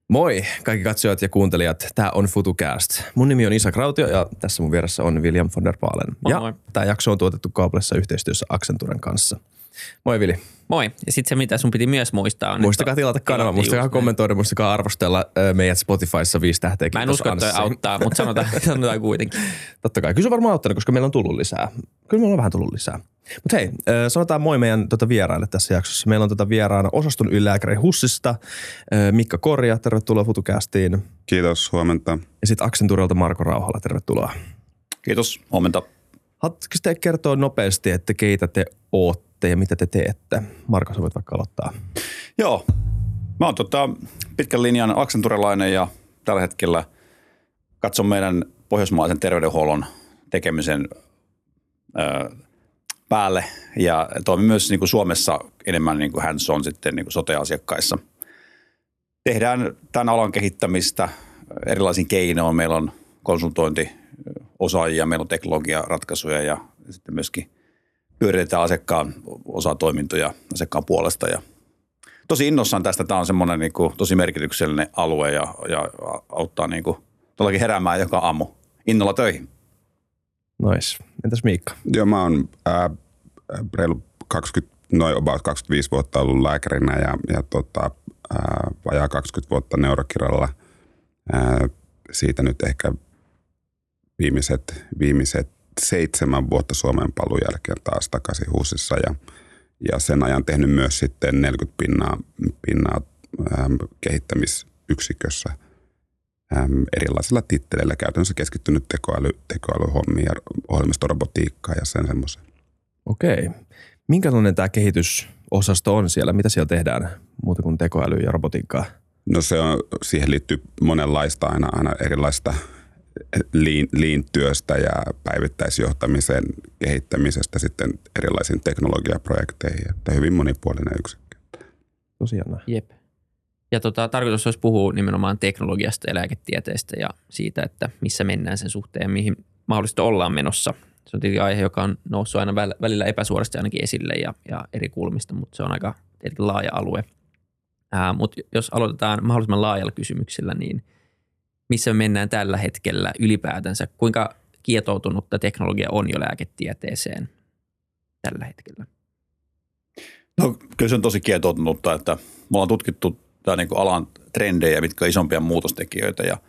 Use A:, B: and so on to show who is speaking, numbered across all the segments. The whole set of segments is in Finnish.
A: Moi kaikki katsojat ja kuuntelijat, tämä on FutuCast. Mun nimi on Isak Rautio ja tässä mun vieressä on William von der Baalen. Ja tämä jakso on tuotettu kaupallisessa yhteistyössä Accenturen kanssa. Moi Vili.
B: Moi. Ja sitten se, mitä sun piti myös muistaa on...
A: Muistakaa tilata kanava, muistakaa kommentoida, muistakaa arvostella meidät Spotifyssa 5 tähteä.
B: Mä en usko, että toi auttaa, mutta sanotaan kuitenkin.
A: Totta kai. Kyllä se varmaan auttanut, koska meillä on tullut lisää. Kyllä meillä on vähän tullut lisää. Mutta hei, sanotaan moi meidän vieraille tässä jaksossa. Meillä on vieraana osaston ylilääkäri HUSista, Mikka Korja, tervetuloa FutuCastiin.
C: Kiitos, huomenta.
A: Ja sitten Accenturelta Marko Rauhala, tervetuloa.
D: Kiitos, huomenta.
A: Haluaisitko te kertoa nopeasti, että keitä te ootte ja mitä te teette? Marko, sä voit vaikka aloittaa.
D: Joo, mä oon pitkän linjan accenturelainen ja tällä hetkellä katson meidän pohjoismaisen terveydenhuollon tekemisen päälle ja toimin myös niin kuin Suomessa enemmän niin kuin hands-on sitten niin kuin sote-asiakkaissa. Tehdään tämän alan kehittämistä erilaisin keinoin. Meillä on konsultointiosaajia, meillä on teknologiaratkaisuja ja sitten myöskin pyöritetään asiakkaan osatoimintoja asiakkaan puolesta. Ja tosi innossaan tästä. Tämä on semmoinen niin kuin tosi merkityksellinen alue ja auttaa niin kuin todellakin heräämään joka aamu innolla töihin.
A: Nois. Entäs Miikka?
C: Joo, mä oon reilu 25 vuotta ollut lääkärinä ja vajaa 20 vuotta neurokirjalla. Siitä nyt ehkä viimeiset 7 vuotta Suomen paluun jälkeen taas takaisin HUSissa ja sen ajan tehnyt myös sitten 40 pinnaa kehittämisyksikössä erilaisilla titteleillä käytännössä keskittynyt tekoälyhommiin ja ohjelmistorobotiikkaan ja sen semmoisen.
A: Okei. Minkälainen tämä kehitysosasto on siellä? Mitä siellä tehdään muuta kuin tekoälyä ja robotiikkaa?
C: No siihen liittyy monenlaista aina erilaista lean-työstä ja päivittäisjohtamisen kehittämisestä sitten erilaisiin teknologiaprojekteihin, että hyvin monipuolinen yksikkö.
A: Tosiaan.
B: Jep. Ja tarkoitus olisi puhua nimenomaan teknologiasta ja lääketieteestä ja siitä, että missä mennään sen suhteen ja mihin mahdollisesti ollaan menossa. Se on tietenkin aihe, joka on noussut aina välillä epäsuorasti ainakin esille ja eri kulmista, mutta se on aika tietenkin laaja alue. Mutta jos aloitetaan mahdollisimman laajalla kysymyksellä, niin missä me mennään tällä hetkellä ylipäätänsä? Kuinka kietoutunutta teknologia on jo lääketieteeseen tällä hetkellä?
D: No kyllä se on tosi kietoutunutta, että me ollaan tutkittu tämä niin kuin alan trendejä, mitkä on isompia muutostekijöitä ja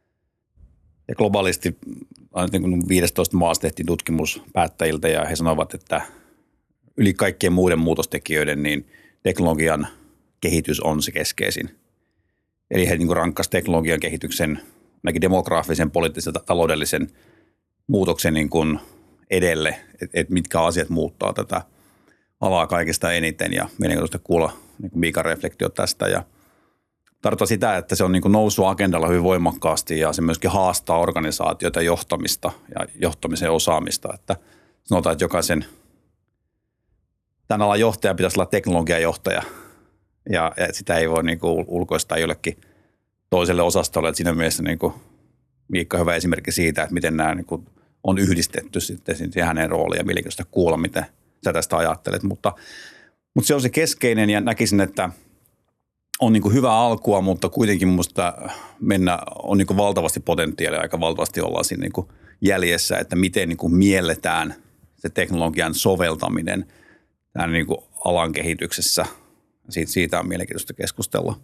D: globaalisti aina niin 15 maasta tehtiin tutkimus päättäjiltä ja he sanoivat, että yli kaikkien muiden muutostekijöiden niin teknologian kehitys on se keskeisin. Eli he niin kuin rankkasivat teknologian kehityksen, ainakin demograafisen, poliittisen ja taloudellisen muutoksen niin kuin edelle, että mitkä asiat muuttaa tätä alaa kaikista eniten. Ja mielenkiintoista kuulla niin kuin Miikan reflektio tästä. Ja tarkoittaa sitä, että se on niin kuin noussut agendalla hyvin voimakkaasti ja se myöskin haastaa organisaatioita johtamista ja johtamisen osaamista. Että sanotaan, että jokaisen tämän alan johtaja pitäisi olla teknologiajohtaja. Ja sitä ei voi niin kuin ulkoistaa jollekin toiselle osastolle. Että siinä mielessä niin kuin Miikka on hyvä esimerkki siitä, että miten nämä niin kuin on yhdistetty sitten hänen rooliin ja mielenkiintoista kuulla, miten sä tästä ajattelet. Mutta se on se keskeinen ja näkisin, että on niin kuin hyvä alkua, mutta kuitenkin minusta on niin kuin valtavasti potentiaalia, aika valtavasti ollaan siinä niin kuin jäljessä, että miten niin kuin mielletään se teknologian soveltaminen tämän niin kuin alan kehityksessä. Siitä on mielenkiintoista keskustella.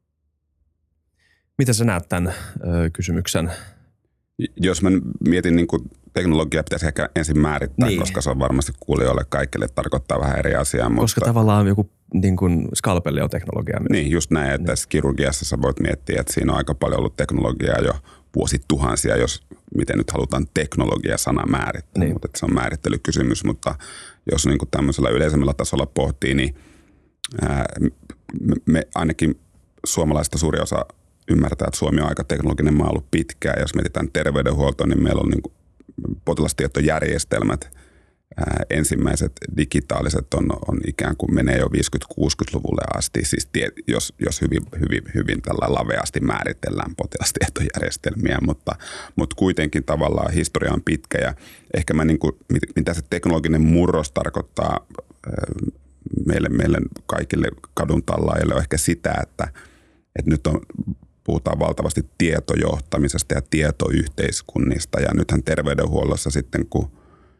A: Mitä sä näet tämän kysymyksen?
C: Jos mä mietin, niin kuin teknologia pitäisi ehkä ensin määrittää,
A: niin,
C: koska se on varmasti kuulijoille kaikille tarkoittaa vähän eri asiaa.
A: Koska tavallaan joku niin kuin skalpelli on teknologia.
C: Niin, just näin, että tässä kirurgiassa sä voit miettiä, että siinä on aika paljon ollut teknologiaa jo vuosituhansia, miten nyt halutaan teknologia-sana määrittää, niin, mutta se on määrittelykysymys, mutta jos niin kuin tämmöisellä yleisemmällä tasolla pohtii, niin me ainakin suomalaista suuri osa ymmärtää, että Suomi on aika teknologinen maa ollut pitkään. Jos mietitään terveydenhuoltoa, niin meillä on niin kuin potilastietojärjestelmät. Ensimmäiset digitaaliset on ikään kuin menee jo 50-60-luvulle asti, siis jos hyvin tällä laveasti määritellään potilastietojärjestelmiä, mutta kuitenkin tavallaan historia on pitkä ja ehkä mä niin kuin, mitä se teknologinen murros tarkoittaa meille kaikille kadun tallaajille on ehkä sitä, että nyt puhutaan valtavasti tietojohtamisesta ja tietoyhteiskunnista. Ja nythän terveydenhuollossa sitten, kun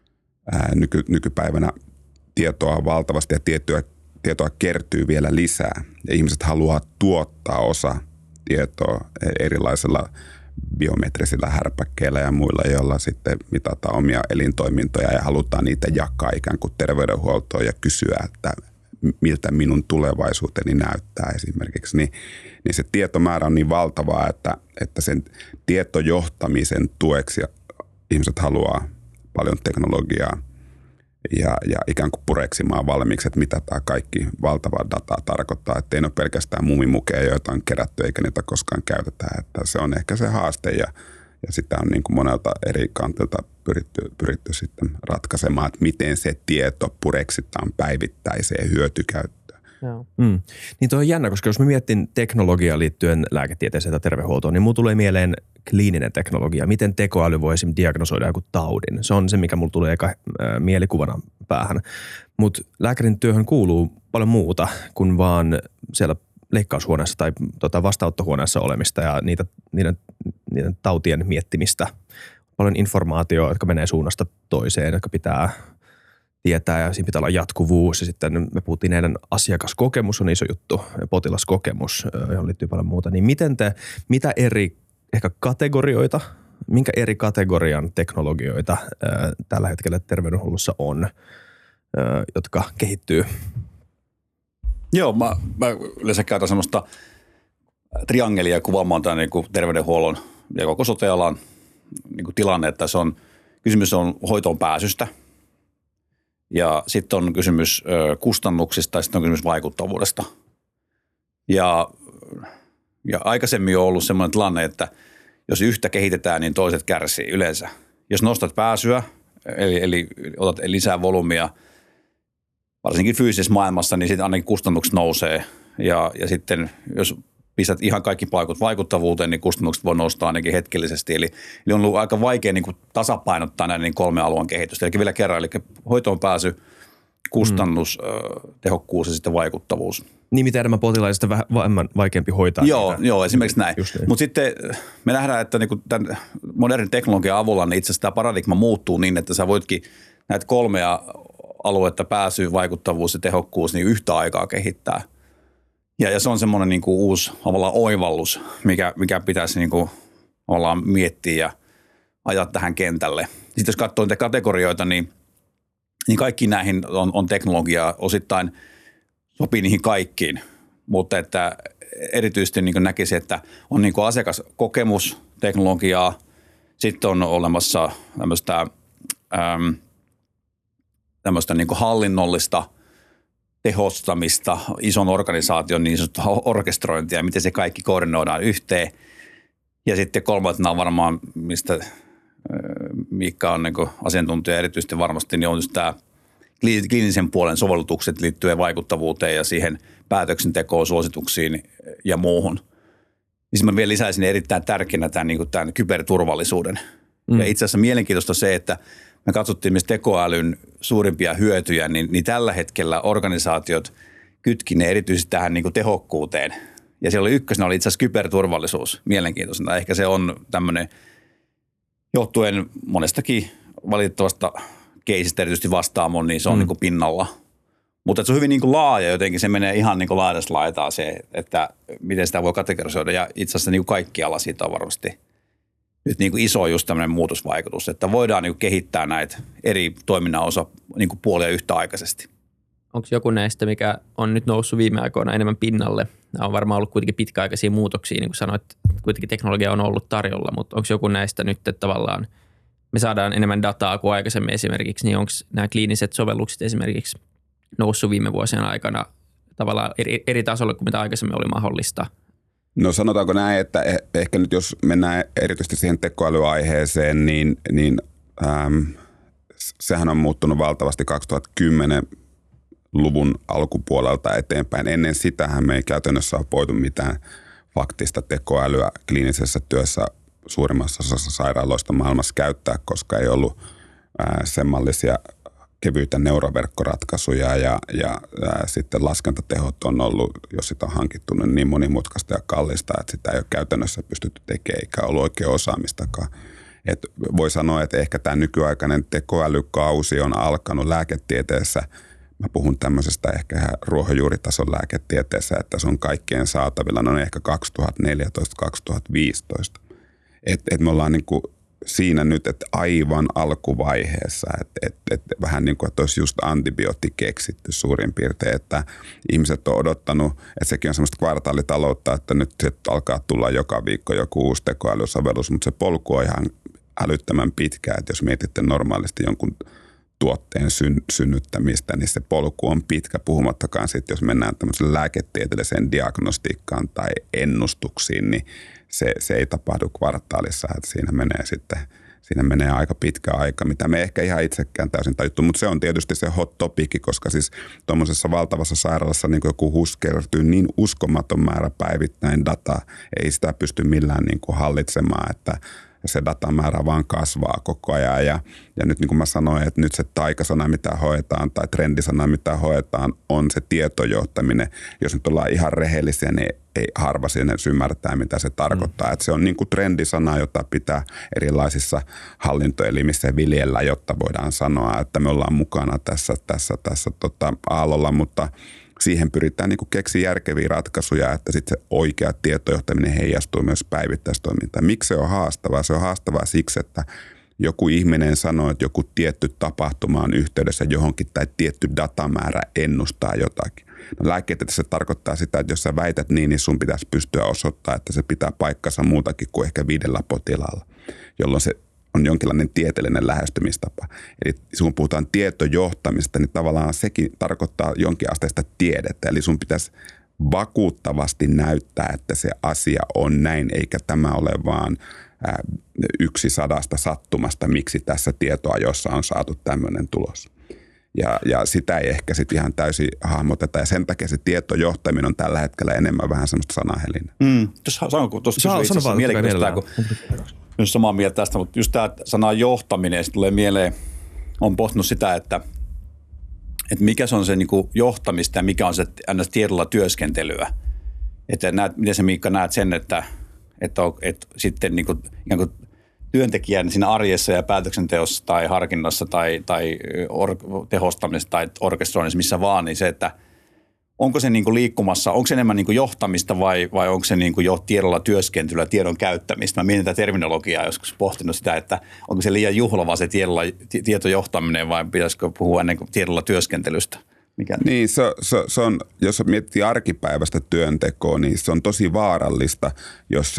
C: nykypäivänä tietoa on valtavasti ja tietoa kertyy vielä lisää. Ja ihmiset haluaa tuottaa osa tietoa erilaisilla biometrisillä härpäkkeillä ja muilla, joilla sitten mitataan omia elintoimintoja ja halutaan niitä jakaa ikään kuin terveydenhuoltoon ja kysyä, että miltä minun tulevaisuuteni näyttää esimerkiksi. Niin se tietomäärä on niin valtavaa, että sen tietojohtamisen tueksi ihmiset haluaa paljon teknologiaa ja ikään kuin pureksimaan valmiiksi, että mitä tämä kaikki valtava data tarkoittaa. Että ei ole pelkästään mumimukeja, joita on kerätty eikä niitä koskaan käytetä. Että se on ehkä se haaste ja sitä on niin kuin monelta eri kantilta pyritty sitten ratkaisemaan, että miten se tieto pureksitaan päivittäiseen hyötykäyttöön.
B: Joo.
A: Niin toi on jännä, koska jos mä mietin teknologiaa liittyen lääketieteeseen tai terveydenhuoltoon, niin mulla tulee mieleen kliininen teknologia. Miten tekoäly voi esimerkiksi diagnosoida joku taudin? Se on se, mikä mulla tulee eka mielikuvana päähän. Mutta lääkärin työhön kuuluu paljon muuta kuin vaan siellä leikkaushuoneessa tai vastaanottohuoneessa olemista ja niiden tautien miettimistä. Paljon informaatiota, jotka menee suunnasta toiseen, jotka pitää tietää ja siinä pitää olla jatkuvuus. Ja sitten me puhuttiin heidän asiakaskokemus on iso juttu, potilaskokemus, johon liittyy paljon muuta. Niin mitä eri ehkä kategorioita, minkä eri kategorian teknologioita tällä hetkellä terveydenhuollossa on, jotka kehittyy?
D: Joo, mä yleensä käytän semmoista triangelia kuvaamaan tämän niin terveydenhuollon ja koko sote-alan niin tilanne, että kysymys on hoitoon pääsystä ja sitten on kysymys kustannuksista ja sitten on kysymys vaikuttavuudesta. Ja aikaisemmin on ollut semmoinen tilanne, että jos yhtä kehitetään, niin toiset kärsii yleensä. Jos nostat pääsyä, eli otat lisää volyymia, varsinkin fyysisessä maailmassa, niin sitten ainakin kustannukset nousee. Ja sitten jos pistät ihan kaikki paikut vaikuttavuuteen, niin kustannukset voi nousta ainakin hetkellisesti. Eli on ollut aika vaikea niin kuin tasapainottaa näiden niin 3 alueen kehitystä. Eli vielä kerran, eli hoitoon pääsy, kustannus, tehokkuus ja sitten vaikuttavuus.
A: Niin mitä enemmän potilaista, vähemmän vaikeampi hoitaa.
D: Joo, esimerkiksi näin. Mutta sitten me nähdään, että niinku tämän modernin teknologian avulla niin itse asiassa tämä paradigma muuttuu niin, että sä voitkin näitä 3 aluetta, pääsy, vaikuttavuus ja tehokkuus, niin yhtä aikaa kehittää. Ja se on semmoinen niinku uusi oivallus, mikä pitäisi niinku miettiä ja ajaa tähän kentälle. Sitten jos katsoo niitä kategorioita, niin kaikki näihin on teknologiaa, osittain sopii niihin kaikkiin, mutta että erityisesti niin näkisin, että on niin asiakaskokemusteknologiaa, sitten on olemassa tämmöistä niin hallinnollista tehostamista, ison organisaation niin sanottua orkestrointia, miten se kaikki koordinoidaan yhteen. Ja sitten kolmantena on varmaan, mistä Miikka on niin asiantuntija erityisesti varmasti, niin on just tämä kliinisen puolen sovellutukset liittyen vaikuttavuuteen ja siihen päätöksentekoon, suosituksiin ja muuhun. Niin mä vielä lisäisin erittäin tärkeänä tämän kyberturvallisuuden. Ja itse asiassa mielenkiintoista se, että me katsottiin myös tekoälyn suurimpia hyötyjä, niin tällä hetkellä organisaatiot kytki ne erityisesti tähän niin kuin tehokkuuteen. Ja siellä ykkösenä oli itse asiassa kyberturvallisuus mielenkiintoisena. Ehkä se on tämmöinen johtuen monestakin valitettavasta keisistä erityisesti Vastaamon, niin se on niin kuin pinnalla. Mutta se on hyvin niin kuin laaja, jotenkin se menee ihan niin kuin laidasta laitaan se, että miten sitä voi kategorisoida. Ja itse asiassa niin kuin kaikkialla siitä on varmasti nyt niin kuin iso just tämmöinen muutosvaikutus, että voidaan niin kuin kehittää näitä eri toiminnan osa niin kuin puolia yhtäaikaisesti.
B: Onko joku näistä, mikä on nyt noussut viime aikoina enemmän pinnalle? Nämä on varmaan ollut kuitenkin pitkäaikaisia muutoksia, niin kuin sanoit, kuitenkin teknologia on ollut tarjolla, mutta onko joku näistä nyt, että tavallaan me saadaan enemmän dataa kuin aikaisemmin esimerkiksi, niin onko nämä kliiniset sovellukset esimerkiksi noussut viime vuosien aikana tavallaan eri tasolle kuin mitä aikaisemmin oli mahdollista?
C: No sanotaanko näin, että ehkä nyt jos mennään erityisesti siihen tekoälyaiheeseen, niin sehän on muuttunut valtavasti 2010-luvun alkupuolelta eteenpäin. Ennen sitähän me ei käytännössä ole voitu mitään faktista tekoälyä kliinisessä työssä suurimmassa osassa sairaaloista maailmassa käyttää, koska ei ollut sen mallisia kevyitä neuroverkkoratkaisuja ja sitten laskentatehot on ollut, jos sitä on hankittu, niin monimutkaista ja kallista, että sitä ei ole käytännössä pystytty tekemään eikä ollut oikein osaamistakaan. Et voi sanoa, että ehkä tämä nykyaikainen tekoälykausi on alkanut lääketieteessä. Mä puhun tämmöisestä ehkä ihan ruohonjuuritason lääketieteessä, että se on kaikkien saatavilla noin ehkä 2014-2015. Et me ollaan niinku siinä nyt, että aivan alkuvaiheessa, että vähän niin kuin, että olisi just antibiootti keksitty suurin piirtein, että ihmiset on odottanut, että sekin on semmoista kvartaalitaloutta, että nyt alkaa tulla joka viikko joku uusi tekoälysovellus, mutta se polku on ihan älyttömän pitkä, että jos mietitte normaalisti jonkun tuotteen synnyttämistä, niin se polku on pitkä, puhumattakaan sitten, jos mennään tämmöiseen lääketieteelliseen diagnostiikkaan tai ennustuksiin, niin se ei tapahdu kvartaalissa, että siinä menee aika pitkä aika, mitä me ehkä ihan itsekään täysin tajuttu, mutta se on tietysti se hot topikki, koska siis tuommoisessa valtavassa sairaalassa niin kuin joku HUS kertyy niin uskomaton määrä päivittäin dataa, ei sitä pysty millään niin kuin hallitsemaan, että se datamäärä vaan kasvaa koko ajan ja nyt niin kuin mä sanoin, että nyt se taikasana, mitä hoetaan tai trendisana, mitä hoetaan, on se tietojohtaminen. Jos nyt ollaan ihan rehellisiä, niin ei harva siinä ymmärtää, mitä se tarkoittaa. Että se on niin kuin trendisana, jota pitää erilaisissa hallintoelimissä viljellä, jotta voidaan sanoa, että me ollaan mukana tässä aallolla, mutta siihen pyritään niin kuin keksiä järkeviä ratkaisuja, että sitten se oikea tietojohtaminen heijastuu myös päivittäistoimintaan. Miksi se on haastavaa? Se on haastavaa siksi, että joku ihminen sanoo, että joku tietty tapahtuma on yhteydessä johonkin tai tietty datamäärä ennustaa jotakin. No lääketieteessä se tarkoittaa sitä, että jos sä väität niin sun pitäisi pystyä osoittamaan, että se pitää paikkansa muutakin kuin ehkä 5 potilaalla, jolloin se on jonkinlainen tieteellinen lähestymistapa. Eli kun puhutaan tietojohtamista, niin tavallaan sekin tarkoittaa jonkinasteista tiedettä. Eli sun pitäisi vakuuttavasti näyttää, että se asia on näin, eikä tämä ole vaan 1/100 sattumasta, miksi tässä tietoajossa on saatu tämmöinen tulos. Ja sitä ei ehkä sitten ihan täysin hahmoteta, ja sen takia se tietojohtaminen on tällä hetkellä enemmän vähän semmoista sanahelinää.
D: Saanko tuossa kysyä itse asiassa mielenkiintoista, kun myös samaa mieltä tästä, mutta just tämä sana johtaminen, se tulee mieleen, olen pohtinut sitä, että mikä se on se niin kuin johtamista ja mikä on se tiedolla työskentelyä. Että miten sä Miikka näet sen, että sitten niin kuin, ikään kuin työntekijän siinä arjessa ja päätöksenteossa tai harkinnassa tai tehostamisessa tai orkestroinnissa, missä vaan, niin se, että onko se niin kuin liikkumassa, onko se enemmän niin kuin johtamista vai onko se niin kuin jo tiedolla työskentelyä, tiedon käyttämistä? Mä mietin tätä terminologiaa joskus pohtinut sitä, että onko se liian juhlava se tietojohtaminen vai pitäisikö puhua ennen kuin tiedolla työskentelystä? Mikä?
C: Niin, se on, jos miettii arkipäiväistä työntekoa, niin se on tosi vaarallista, jos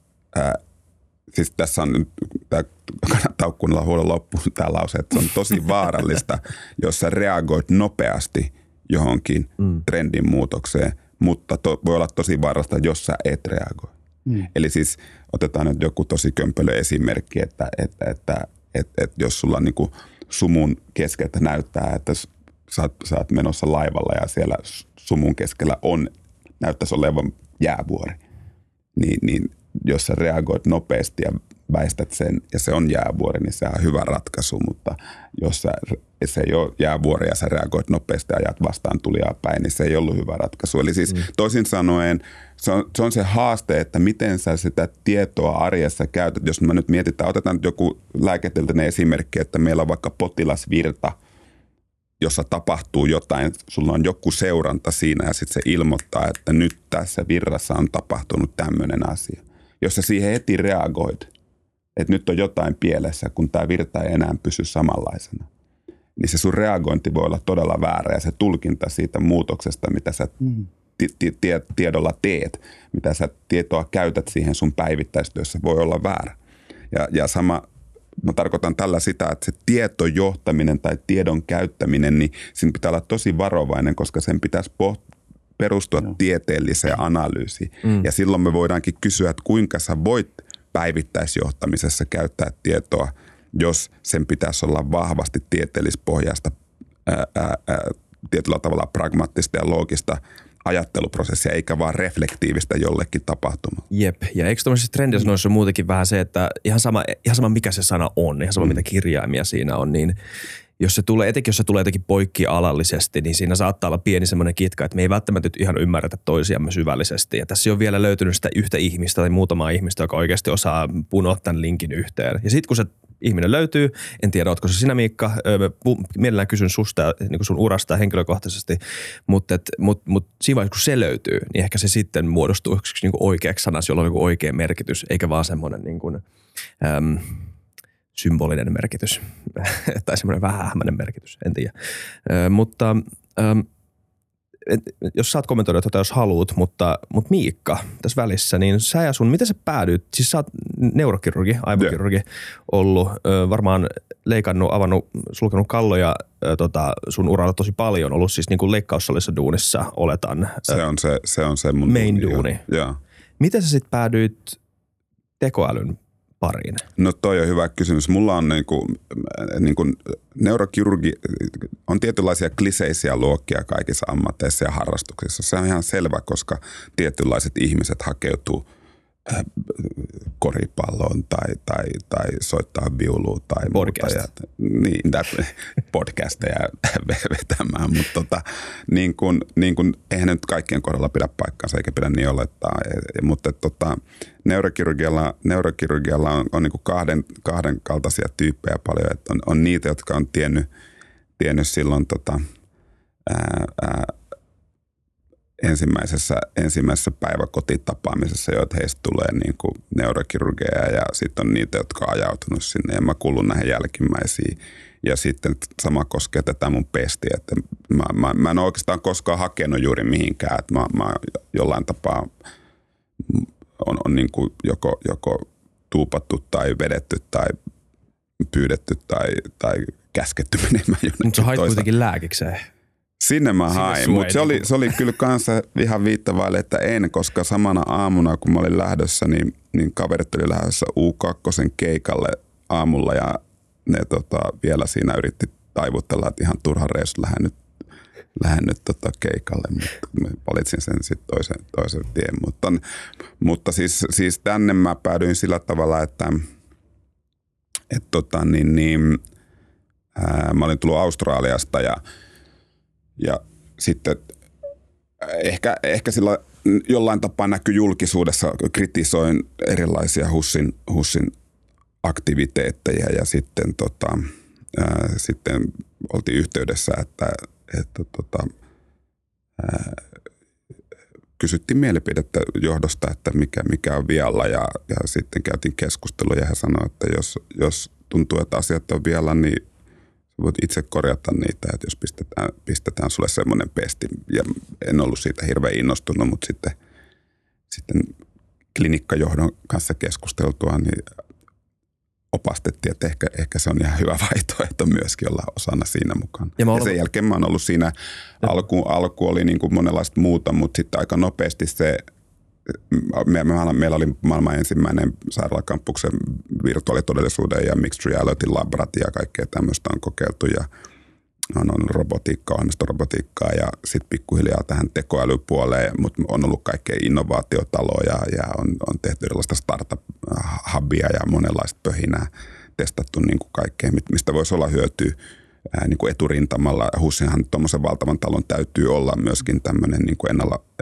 C: siis tässä on nyt, kannattaa kuunnella huolella loppuun tämä lause, että se on tosi vaarallista, jos sä reagoit nopeasti johonkin trendin muutokseen, mutta voi olla tosi vaarallista, jos sä et reagoi. Eli siis otetaan nyt joku tosi kömpelö esimerkki, että jos sulla niinku sumun keskeltä näyttää, että sä oot menossa laivalla ja siellä sumun keskellä näyttäisi olevan jäävuori, niin jos sä reagoit nopeasti ja väistät sen ja se on jäävuori, niin se on hyvä ratkaisu, mutta jos se ei ole jäävuori ja sä reagoit nopeasti ja ajat vastaan tulijaa päin, niin se ei ollut hyvä ratkaisu. Eli siis toisin sanoen se on se haaste, että miten sä sitä tietoa arjessa käytät. Jos me nyt mietitään, otetaan nyt joku lääketieteellinen esimerkki, että meillä on vaikka potilasvirta, jossa tapahtuu jotain, sulla on joku seuranta siinä ja sitten se ilmoittaa, että nyt tässä virrassa on tapahtunut tämmöinen asia. Jos sä siihen heti reagoit, että nyt on jotain pielessä, kun tämä virta ei enää pysy samanlaisena, niin se sun reagointi voi olla todella väärä ja se tulkinta siitä muutoksesta, mitä sä tiedolla teet, mitä sä tietoa käytät siihen sun päivittäistyössä, voi olla väärä. Ja sama, mä tarkoitan tällä sitä, että se tietojohtaminen tai tiedon käyttäminen, niin siinä pitää olla tosi varovainen, koska sen pitäisi perustua tieteelliseen analyysiin. Ja silloin me voidaankin kysyä, että kuinka sä voit päivittäisjohtamisessa käyttää tietoa, jos sen pitäisi olla vahvasti tieteellispohjaista, tietyllä tavalla pragmaattista ja loogista ajatteluprosessia, eikä vaan reflektiivistä jollekin tapahtumaan.
A: Jep, ja eikö tämmöisissä trendisanoissa on muutenkin vähän se, että ihan sama mikä se sana on, ihan sama mitä kirjaimia siinä on, niin etenkin jos se tulee jotenkin poikkialallisesti, niin siinä saattaa olla pieni semmoinen kitka, että me ei välttämättä nyt ihan ymmärretä toisiamme syvällisesti. Ja tässä ei ole vielä löytynyt sitä yhtä ihmistä tai muutamaa ihmistä, joka oikeasti osaa punoa tämän linkin yhteen. Ja sitten kun se ihminen löytyy, en tiedä, ootko se sinä, Miikka, mielellään kysyn susta, niin kuin sun urasta henkilökohtaisesti, mutta siinä vaiheessa, kun se löytyy, niin ehkä se sitten muodostuu niin kuin oikeaksi sanaksi, jolla on niin oikea merkitys, eikä vaan semmoinen niin kuin, symbolinen merkitys tai semmoinen vähän hämmäinen merkitys, en tiedä. Mutta jos saat kommentoida jos haluat, mutta Miikka tässä välissä, niin sä ja miten sä päädyit, siis sä oot neurokirurgi, aivokirurgi ollut, varmaan leikannut, avannut, sulkenut kalloja sun uralla tosi paljon, ollut siis niin kuin leikkaussalissa duunissa, oletan.
C: Se on se mun
A: main duuni.
C: Joo.
A: Miten sä sitten päädyit tekoälyn pariin?
C: No toi on hyvä kysymys. Mulla on niin kuin neurokirurgi, on tietynlaisia kliseisiä luokkia kaikissa ammatteissa ja harrastuksissa. Se on ihan selvä, koska tietynlaiset ihmiset hakeutuu koripalloon tai soittaa viulua tai
A: podcast.
C: Muuta. Niin, podcasteja vetämään, mutta niin kuin, eihän nyt kaikkien kohdalla pidä paikkaansa eikä pidä niin olettaa. Mutta neurokirurgialla on niin kuin kahden kaltaisia tyyppejä paljon. Että on niitä, jotka on tiennyt silloin ensimmäisessä päiväkotitapaamisessa, joita heistä tulee niin kuin neurokirurgeja ja sitten on niitä, jotka on ajautunut sinne ja mä kuulun näihin jälkimmäisiin. Ja sitten sama koskee tätä mun pestiä, että mä en oikeastaan koskaan hakenut juuri mihinkään, että mä jollain tapaa on niin kuin joko tuupattu tai vedetty tai pyydetty tai käsketty menemään jonnekin.
A: Mutta sä hait kuitenkin lääkikseen.
C: Sinne mä hain, mutta se oli kyllä kanssa ihan viittavaille, että en, koska samana aamuna, kun mä olin lähdössä, niin kaverit oli lähdössä U2 keikalle aamulla ja ne vielä siinä yritti taivutella, että ihan turha reissu lähden nyt keikalle, mutta mä valitsin sen sitten toisen tien. Mutta siis tänne mä päädyin sillä tavalla, että mä olin tullut Australiasta ja sitten ehkä sillä jollain tapaa näkyi julkisuudessa, kritisoin erilaisia HUSin aktiviteetteja ja sitten oltiin yhteydessä, että kysyttiin mielipidettä johdosta, että mikä on vialla ja sitten käytiin keskustelua ja he sanoivat, että jos tuntuu, että asiat on vialla, niin voit itse korjata niitä, että jos pistetään sulle semmoinen pesti. Ja en ollut siitä hirveän innostunut, mutta sitten klinikkajohdon kanssa keskusteltua, niin opastettiin, että ehkä se on ihan hyvä vaihtoehto myöskin olla osana siinä mukana. Ja sen jälkeen mä oon ollut siinä, alku oli niin kuin monenlaista muuta, mutta sitten aika nopeasti meillä oli maailman ensimmäinen sairaalakampuksen virtuaalitodellisuuden ja mixed reality labrat ja kaikkea tämmöistä on kokeiltu ja on robotiikkaa, ohjelmistorobotiikkaa ja sitten pikkuhiljaa tähän tekoälypuoleen, mutta on ollut kaikkea innovaatiotaloja ja on tehty erilaista startup-hubia ja monenlaista pöhinää testattu niin kuin kaikkea, mistä voisi olla hyötyä niin kuin eturintamalla. HUSinhan tuommoisen valtavan talon täytyy olla myöskin tämmöinen niin kuin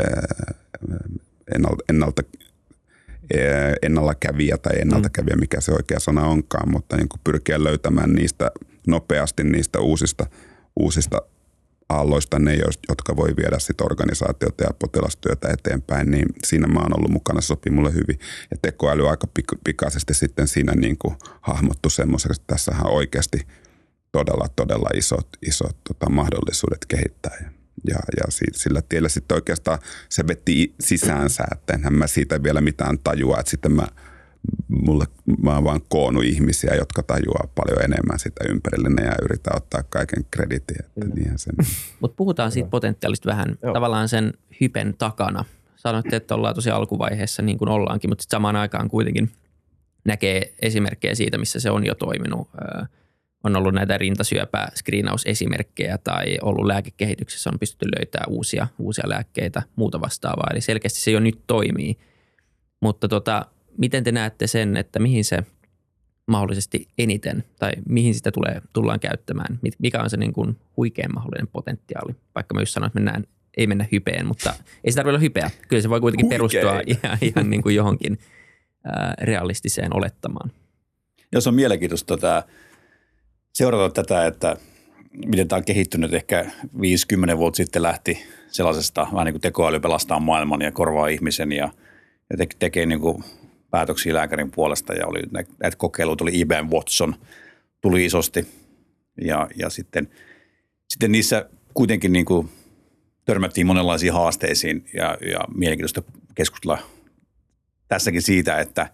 C: ennaltakävijä tai ennaltakävijä, mikä se oikea sana onkaan, mutta niin kuin pyrkiä löytämään nopeasti niistä uusista aalloista ne, jotka voi viedä sit organisaatiota ja potilastyötä eteenpäin, niin siinä mä oon ollut mukana, se sopii mulle hyvin. Ja tekoäly aika pikaisesti sitten siinä niin kuin hahmottu semmoiseksi, että tässähän on oikeasti todella isot mahdollisuudet kehittää. Ja sillä tiellä sitten oikeastaan se vetti sisäänsä, että enhän mä siitä vielä mitään tajua, että sitten mä oon vaan koonnut ihmisiä, jotka tajuaa paljon enemmän sitä ympärillinen ja yritän ottaa kaiken kreditin.
B: Mutta puhutaan siitä potentiaalista vähän tavallaan sen hypen takana. Sanoitte, että ollaan tosi alkuvaiheessa niin kuin ollaankin, mutta samaan aikaan kuitenkin näkee esimerkkejä siitä, missä se on jo toiminut. On ollut näitä rintasyöpä-screenausesimerkkejä tai ollut lääkekehityksessä, on pystytty löytämään uusia lääkkeitä, muuta vastaavaa. Eli selkeästi se jo nyt toimii. Mutta miten te näette sen, että mihin se mahdollisesti eniten tai mihin sitä tullaan käyttämään? Mikä on se niin kuin huikein mahdollinen potentiaali? Vaikka mä just sanoin, että ei mennä hypeen, mutta ei se tarvitse olla hypeä. Kyllä se voi kuitenkin perustua ihan niin kuin johonkin realistiseen olettamaan.
D: Jos on mielenkiintoista seurata tätä, että miten tämä on kehittynyt. Ehkä 5-10 vuotta sitten lähti sellaisesta vähän niin kuin tekoäly pelastaa maailman ja korvaa ihmisen ja tekee niin kuin päätöksiä lääkärin puolesta. Ja oli näitä kokeiluita, oli IBM Watson, tuli isosti ja sitten niissä kuitenkin niin kuin törmättiin monenlaisiin haasteisiin ja mielenkiintoista keskustella tässäkin siitä, että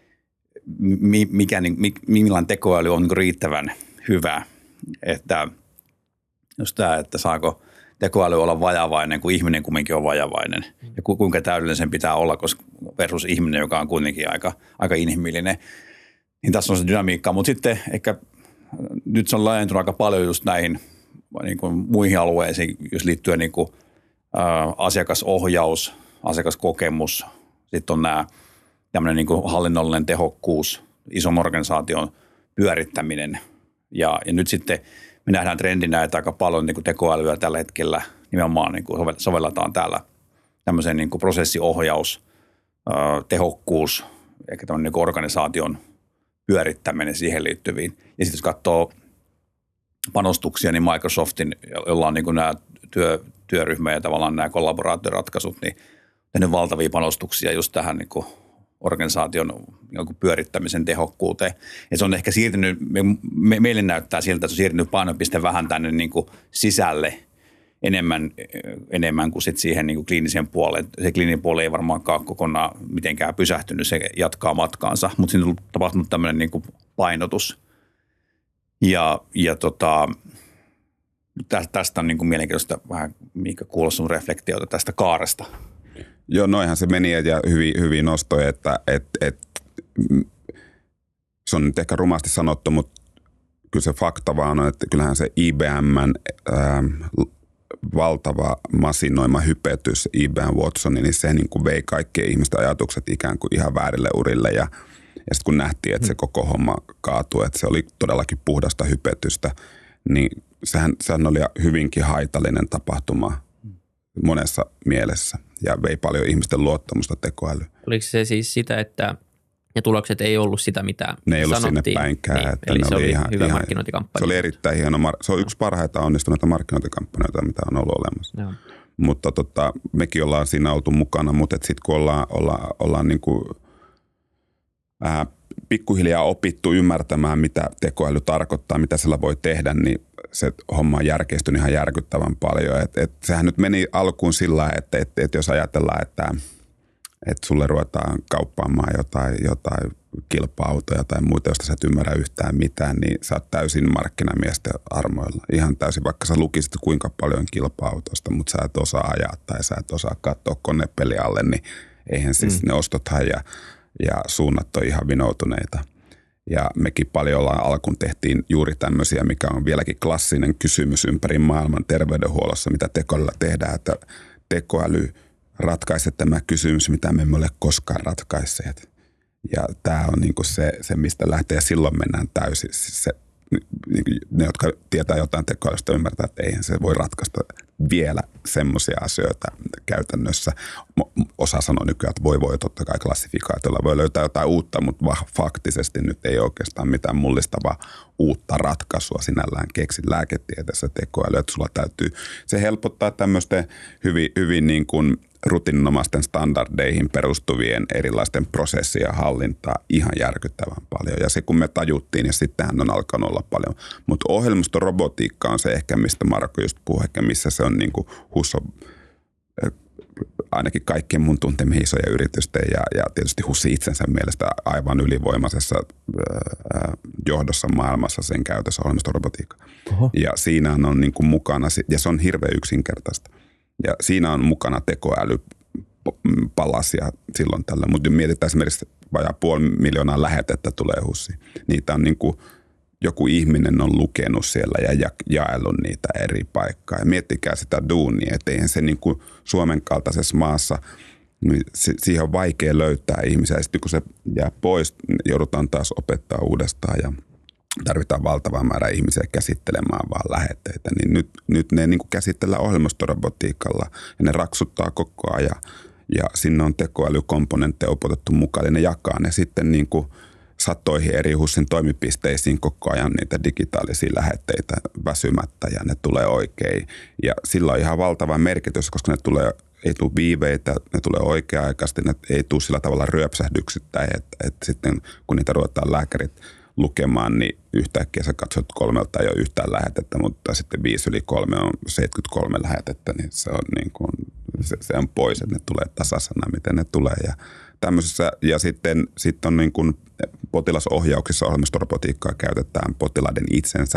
D: millainen tekoäly on niin kuin riittävän hyvä, että just tämä, että saako tekoäly olla vajavainen, kun ihminen kumminkin on vajavainen ja kuinka täydellinen sen pitää olla, koska versus ihminen, joka on kuitenkin aika inhimillinen, niin tässä on se dynamiikka, mutta sitten ehkä nyt se on laajentunut aika paljon just näihin niin kuin muihin alueisiin, jos liittyen niin kuin asiakasohjaus, asiakaskokemus, sitten on nämä tämmöinen niin kuin hallinnollinen tehokkuus, ison organisaation pyörittäminen ja nyt sitten me nähdään trendinä, että aika paljon niin kuin tekoälyä tällä hetkellä nimenomaan niin kuin sovelletaan täällä tämmöiseen niin kuin prosessiohjaus, tehokkuus, ehkä tämmöinen niin kuin organisaation pyörittäminen siihen liittyviin. Ja sitten jos katsoo panostuksia, niin Microsoftin, jolla on niin kuin nämä työryhmä ja tavallaan nämä kollaboraatioratkaisut, niin tehnyt valtavia panostuksia just tähän niin kuin organisaation pyörittämisen tehokkuuteen. Ja se on ehkä siirtynyt, meille näyttää siltä, että se on siirtynyt painopiste vähän tänne niin kuin sisälle enemmän kuin sit siihen niin kuin kliiniseen puoleen. Se kliininen puoli ei varmaankaan kokonaan mitenkään pysähtynyt, se jatkaa matkaansa, mutta siinä on tapahtunut tämmöinen niin kuin painotus. Ja tästä on niin kuin mielenkiintoista vähän, mikä kuulosti sun reflektiota tästä kaaresta.
C: Joo, noihan se meni ja hyvin nostoi, että se on nyt ehkä rumasti sanottu, mutta kyllä se fakta vaan on, että kyllähän se IBM:n valtava masinoima hypetys IBM Watson, niin se niin kuin vei kaikkien ihmisten ajatukset ikään kuin ihan väärille urille ja sitten kun nähtiin, että se koko homma kaatui, että se oli todellakin puhdasta hypetystä, niin sehän oli hyvinkin haitallinen tapahtuma monessa mielessä ja vei paljon ihmisten luottamusta tekoälyyn.
B: Oliko se siis sitä, että ne tulokset ei ollut sitä, mitä sanottiin?
C: Ne ei ollut sinne päinkään.
B: Niin,
C: että
B: eli
C: ne
B: se oli
C: ihan,
B: hyvä markkinointikampanja.
C: Se oli erittäin hieno. Se on yksi parhaita onnistuneita markkinointikampanjoita, mitä on ollut olemassa. Joo. Mutta mekin ollaan siinä oltu mukana, mutta sitten kun ollaan niin kuin, pikkuhiljaa opittu ymmärtämään, mitä tekoäly tarkoittaa, mitä sillä voi tehdä, niin se homma on järkeistynyt ihan järkyttävän paljon. Sehän nyt meni alkuun sillä, että jos ajatellaan, että sulle ruvetaan kauppaamaan jotain kilpa-autoja tai muuta, josta sä et ymmärrä yhtään mitään, niin sä oot täysin markkinamiesten armoilla. Ihan täysin, vaikka sä lukisit kuinka paljon kilpa-autosta, mutta sä et osaa ajaa tai sä et osaa katsoa konepeli alle, niin eihän siis ne ostothan ja suunnat on ihan vinoutuneita. Ja mekin paljon alkuun tehtiin juuri tämmöisiä, mikä on vieläkin klassinen kysymys ympäri maailman terveydenhuollossa, mitä tekoälyllä tehdään, että tekoäly ratkaise tämä kysymys, mitä me emme ole koskaan ratkaisseet. Ja tämä on niinku se, mistä lähtee ja silloin mennään täysin. Ne, jotka tietää jotain tekoälystä, ymmärtää, että eihän se voi ratkaista vielä semmoisia asioita käytännössä. Osa sanoo nykyään, että voi totta kai klassifikaatiolla voi löytää jotain uutta, mutta faktisesti nyt ei oikeastaan mitään mullistavaa uutta ratkaisua sinällään keksi lääketieteessä tekoälyä. Että sulla täytyy, se helpottaa tämmöisten hyvin niin kuin rutiininomaisten standardeihin perustuvien erilaisten prosessien hallintaa ihan järkyttävän paljon. Ja se kun me tajuttiin, ja sittenhän on alkanut olla paljon. Mutta ohjelmistorobotiikka on se ehkä, mistä Marko just puhui, ehkä missä se on niin kuin Husso, ainakin kaikkien mun tuntemia isoja yritysten ja tietysti Hussi itsensä mielestä aivan ylivoimaisessa johdossa maailmassa sen käytössä ohjelmistorobotiikka. Oho. Ja siinä on niin kuin mukana, ja se on hirveän yksinkertaista. Ja siinä on mukana tekoälypalasia silloin tällä. Mutta mietitään esimerkiksi vajaa 500,000 lähetettä tulee Hussiin. Niitä on niin kuin joku ihminen on lukenut siellä ja jaellut niitä eri paikkaa. Ja miettikää sitä duunia, että eihän se niin kuin Suomen kaltaisessa maassa, niin siihen on vaikea löytää ihmisiä. Ja sitten kun se jää pois, joudutaan taas opettaa uudestaan ja tarvitaan valtava määrä ihmisiä käsittelemään vaan lähetteitä. Niin nyt ne niin kuin käsitellään ohjelmistorobotiikalla ja ne raksuttaa koko ajan. Ja sinne on tekoälykomponentteja upotettu mukaan, eli ne jakaa ne sitten niin kuin satoihin eri HUSin toimipisteisiin koko ajan niitä digitaalisia lähetteitä väsymättä ja ne tulee oikein. Ja sillä on ihan valtava merkitys, koska ne ei tule viiveitä, ne tulee oikea-aikaisesti, ne ei tule sillä tavalla ryöpsähdyksittäin, että sitten kun niitä ruvetaan lääkärit lukemaan, niin yhtäkkiä sä katsot 3 ei ole yhtään lähetettä, mutta sitten 5 yli 3 on 73 lähetettä, niin se on, niin kuin, se on pois, että ne tulee tasaisena, miten ne tulee. Ja tämmöisessä, ja sitten on niin kuin potilasohjauksissa ohjelmistorobotiikkaa käytetään potilaiden itsensä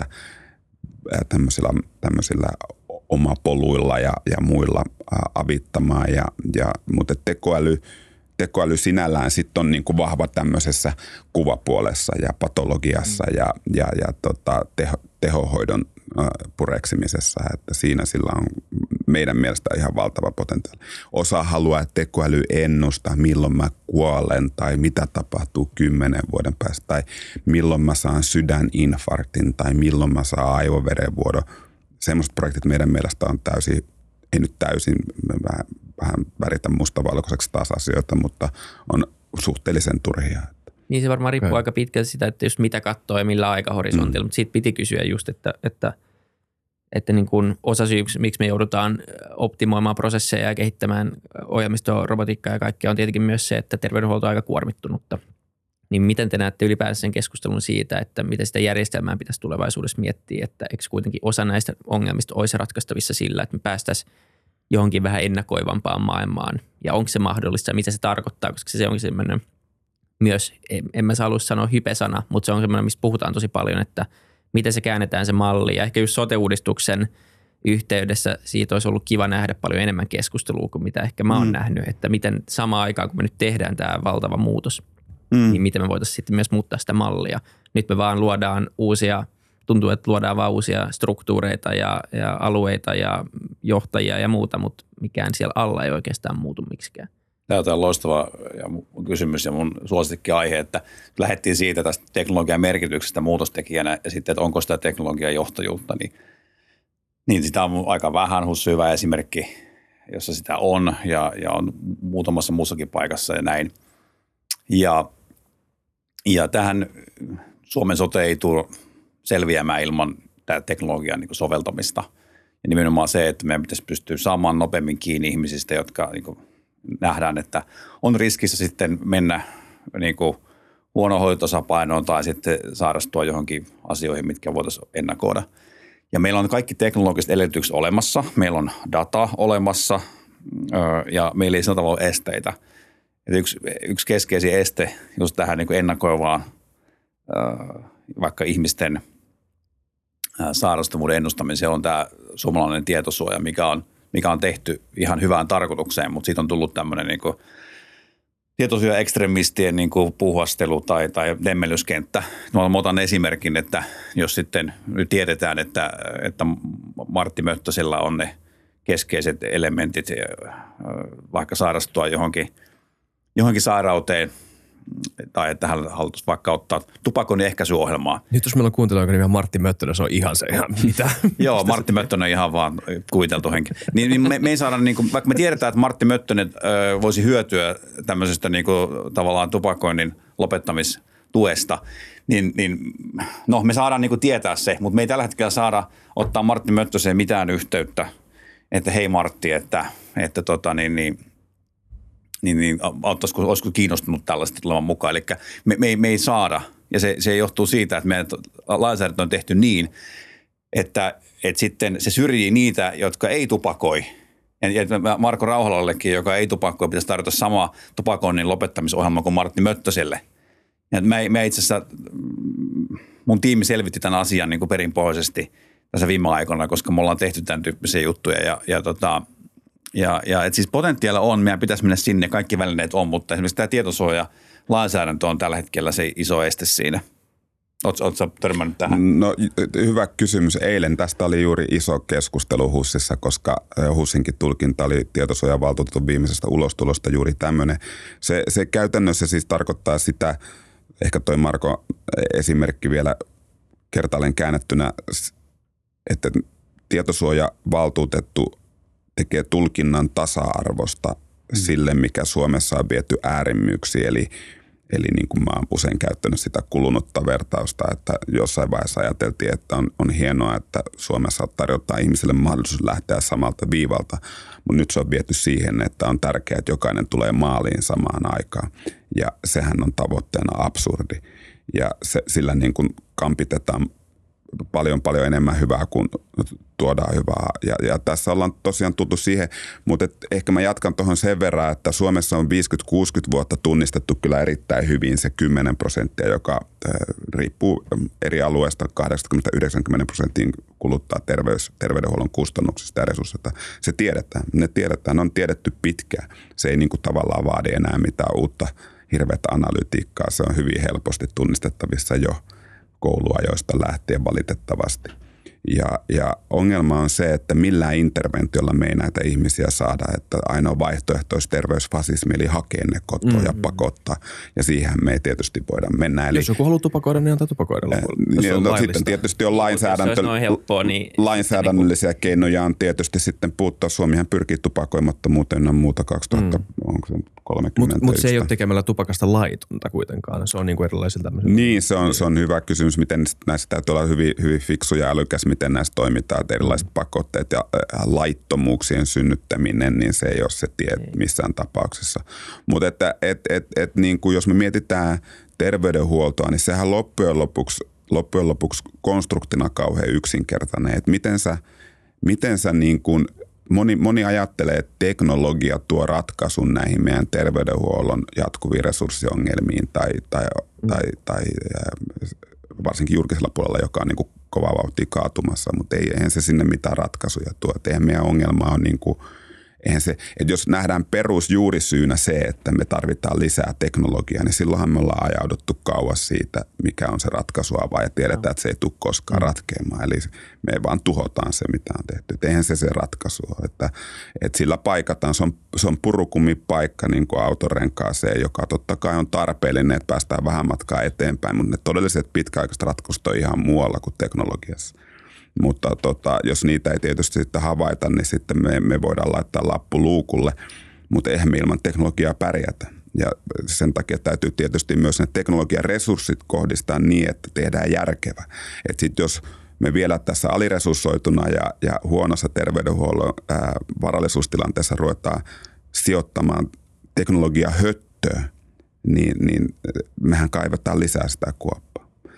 C: tämmöisillä omapoluilla ja muilla avittamaan, mutta tekoäly sinällään sitten on niin kuin vahva tämmöisessä kuvapuolessa ja patologiassa ja tehohoidon pureksimisessa, että siinä sillä on meidän mielestä ihan valtava potentiaali. Osa haluaa, että tekoäly ennustaa, milloin mä kuolen tai mitä tapahtuu 10 vuoden päästä tai milloin mä saan sydäninfarktin tai milloin mä saan aivoverenvuodon. Semmoiset projektit meidän mielestä on ei nyt täysin, vähän väritä mustavalkoiseksi taas asioita, mutta on suhteellisen turhia.
B: Niin se varmaan riippuu aika pitkälti sitä, että just mitä katsoo ja millä aikahorisontilla, mutta siitä piti kysyä just, että niin kuin osasyy, miksi me joudutaan optimoimaan prosesseja ja kehittämään ohjelmistoa, robotiikkaa ja kaikkea on tietenkin myös se, että terveydenhuolto on aika kuormittunutta. Niin miten te näette ylipäänsä sen keskustelun siitä, että miten sitä järjestelmää pitäisi tulevaisuudessa miettiä, että eikö kuitenkin osa näistä ongelmista olisi ratkaistavissa sillä, että me päästäisiin johonkin vähän ennakoivampaan maailmaan ja onko se mahdollista ja mitä se tarkoittaa, koska se onkin semmoinen myös, en mä halua sanoa hype-sana, mutta se on semmoinen, mistä puhutaan tosi paljon, että miten se käännetään se malli ja ehkä just sote-uudistuksen yhteydessä siitä olisi ollut kiva nähdä paljon enemmän keskustelua kuin mitä ehkä mä oon nähnyt, että miten samaan aikaan kun me nyt tehdään tämä valtava muutos, niin miten me voitaisiin sitten myös muuttaa sitä mallia. Nyt me vaan tuntuu, että luodaan vaan uusia struktuureita ja alueita ja johtajia ja muuta, mutta mikään siellä alla ei oikeastaan muutu miksikään.
D: Tämä on loistava kysymys ja mun suosikki aihe, että lähdettiin siitä tästä teknologian merkityksestä muutostekijänä ja sitten, että onko sitä teknologian johtajuutta, niin sitä on aika vähän. HUS hyvä esimerkki, jossa sitä on ja on muutamassa muussakin paikassa ja näin. Ja tähän Suomen sote ei tule selviämään ilman tämä teknologian niin kuin soveltamista. Ja nimenomaan se, että meidän pitäisi pystyä saamaan nopeammin kiinni ihmisistä, jotka niin kuin nähdään, että on riskissä sitten mennä niin kuin huono hoitotasapainoon tai sitten sairastua johonkin asioihin, mitkä voitaisiin ennakoida. Ja meillä on kaikki teknologiset edellytykset olemassa, meillä on data olemassa ja meillä ei sillä tavalla ole esteitä. Yksi keskeisin este just tähän niin kuin ennakoivaan vaikka ihmisten sairastavuuden ennustamiseen on tämä suomalainen tietosuoja, mikä on tehty ihan hyvään tarkoitukseen, mutta siitä on tullut tämmöinen niin kuin tietosuoja-ekstremistien niin kuin puuhastelu tai demmelyskenttä. Mä otan esimerkin, että jos sitten nyt tiedetään, että Martti Möttösellä on ne keskeiset elementit, vaikka sairastua johonkin sairauteen, tai että hän haluaisi vaikka ottaa tupakoinnin ehkäisyohjelmaa.
A: Nyt jos meillä on kuuntelijoita nimeä Martti Möttönen, se on ihan se ihan mitä.
D: Joo, Martti Möttönen on ihan vaan kuviteltu henki. Niin me ei saada, niin kuin, vaikka me tiedetään, että Martti Möttönen voisi hyötyä tämmöisestä niin kuin, tavallaan tupakoinnin lopettamistuesta, niin no me saadaan niin kuin tietää se, mutta me ei tällä hetkellä saada ottaa Martti Möttöseen mitään yhteyttä, että hei Martti, että olisiko kiinnostunut tällaista tulevan mukaan. Eli me ei saada, ja se johtuu siitä, että meidän lainsäädäntö on tehty niin, että sitten se syrjii niitä, jotka ei tupakoi. Ja Marko Rauhalallekin, joka ei tupakoi, pitäisi tarjota sama tupakoinnin lopettamisohjelma kuin Martti Möttöselle. Ja me itse asiassa, mun tiimi selvitti tämän asian niin kuin perinpohjaisesti tässä viime aikoina, koska me ollaan tehty tämän tyyppisiä juttuja Ja et siis potentiaalia on, meidän pitäisi mennä sinne, kaikki välineet on, mutta esimerkiksi tämä tietosuoja-lainsäädäntö on tällä hetkellä se iso este siinä. Oletko törmännyt tähän?
C: No hyvä kysymys. Eilen tästä oli juuri iso keskustelu HUSissa, koska HUSinkin tulkinta oli tietosuojavaltuutetun viimeisestä ulostulosta juuri tämmöinen. Se käytännössä siis tarkoittaa sitä, ehkä toi Marko esimerkki vielä kertaalleen käännettynä, että tietosuojavaltuutettu tekee tulkinnan tasa-arvosta sille, mikä Suomessa on viety äärimmyyksiin. Eli niin kuin mä oon usein käyttänyt sitä kulunutta vertausta, että jossain vaiheessa ajateltiin, että on hienoa, että Suomessa tarjotaan ihmisille mahdollisuus lähteä samalta viivalta, mutta nyt se on viety siihen, että on tärkeää, että jokainen tulee maaliin samaan aikaan. Ja sehän on tavoitteena absurdi. Ja sillä niin kuin kampitetaan paljon enemmän hyvää kuin tuodaan hyvää. Ja tässä ollaan tosiaan tultu siihen, mutta ehkä mä jatkan tuohon sen verran, että Suomessa on 50-60 vuotta tunnistettu kyllä erittäin hyvin se 10%, joka riippuu eri alueista 80-90% kuluttaa terveydenhuollon kustannuksista ja resursseista. Se tiedetään. Ne on tiedetty pitkään. Se ei niin kuin tavallaan vaadi enää mitään uutta hirveätä analytiikkaa. Se on hyvin helposti tunnistettavissa jo kouluajoista lähtien valitettavasti. Ja ongelma on se, että millään interventiolla me ei näitä ihmisiä saada, että ainoa vaihtoehto olisi terveysfasismi, eli hakea ne kotoa ja pakottaa. Ja siihen me ei tietysti voida mennä. Eli,
A: jos joku haluaa tupakoida, niin antaa tupakoida lopulla.
C: Sitten tietysti on lainsäädännöllisiä keinoja on tietysti sitten puuttua. Suomihan pyrkii tupakoimattomuuteen muuta 2030.
A: Mutta se ei ole tekemällä tupakasta laitonta kuitenkaan. Se on niin kuin erilaisilla tämmöisillä.
C: Niin, se on hyvä kysymys, miten näistä täytyy olla hyvin fiksu ja älykäs, miten näissä toimitaan, että erilaiset pakotteet ja laittomuuksien synnyttäminen, niin se ei ole se tie missään tapauksessa. Mutta niin kuin jos me mietitään terveydenhuoltoa, niin sehän loppujen lopuksi konstruktina kauhean yksinkertainen, että miten sä niin kuin moni ajattelee, että teknologia tuo ratkaisun näihin meidän terveydenhuollon jatkuviin resurssiongelmiin tai varsinkin julkisella puolella, joka on niin kuin kovaa vauhtia kaatumassa, mutta eihän se sinne mitään ratkaisuja tuo. Eihän meidän ongelma on niin kuin, eihän se, että jos nähdään perusjuurisyynä se, että me tarvitaan lisää teknologiaa, niin silloinhan me ollaan ajauduttu kauas siitä, mikä on se ratkaisua, vaan ja tiedetään, että se ei tule koskaan ratkeamaan. Eli me vaan tuhotaan se, mitä on tehty. Et eihän se ratkaisu ole. Että sillä paikataan, se on purukumipaikka niin kuin autorenkaaseen, joka totta kai on tarpeellinen, että päästään vähän matkaa eteenpäin, mutta ne todelliset pitkäaikaiset ratkaisut on ihan muualla kuin teknologiassa. Mutta jos niitä ei tietysti sitten havaita, niin sitten me voidaan laittaa lappu luukulle, mutta eihän me ilman teknologiaa pärjätä. Ja sen takia täytyy tietysti myös ne teknologian resurssit kohdistaa niin, että tehdään järkevä. Että sitten jos me vielä tässä aliresurssoituna ja huonossa terveydenhuollon varallisuustilanteessa ruvetaan sijoittamaan teknologiaa höttöön, niin mehän kaivetaan lisää sitä kuoppaa.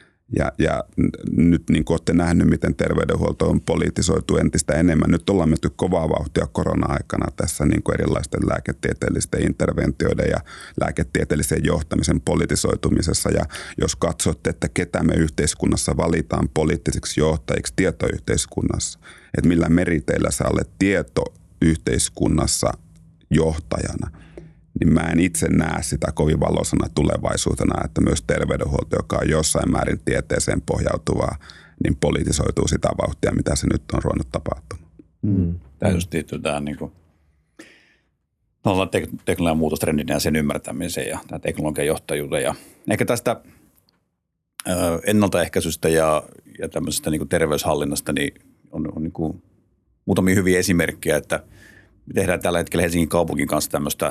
C: Ja nyt niin kuin olette nähneet, miten terveydenhuolto on politisoitu entistä enemmän. Nyt ollaan menty kovaa vauhtia korona-aikana tässä niin kuin erilaisten lääketieteellisten interventioiden ja lääketieteellisen johtamisen politisoitumisessa. Ja jos katsotte, että ketä me yhteiskunnassa valitaan poliittisiksi johtajiksi tietoyhteiskunnassa, että millä meriteillä sä olet tietoyhteiskunnassa johtajana, niin mä en itse näe sitä kovin valoisana tulevaisuutena, että myös terveydenhuolto, joka on jossain määrin tieteeseen pohjautuvaa, niin politisoituu sitä vauhtia, mitä se nyt on ruvennut tapahtumaan.
D: Tämä just liittyy tähän niin kuin teknologian muutostrendin ja sen ymmärtämiseen ja tämän teknologian johtajuuden. Ja ehkä tästä ennaltaehkäisystä ja tämmöisestä niin kuin terveyshallinnasta niin on niin kuin muutamia hyviä esimerkkejä, että me tehdään tällä hetkellä Helsingin kaupungin kanssa tämmöistä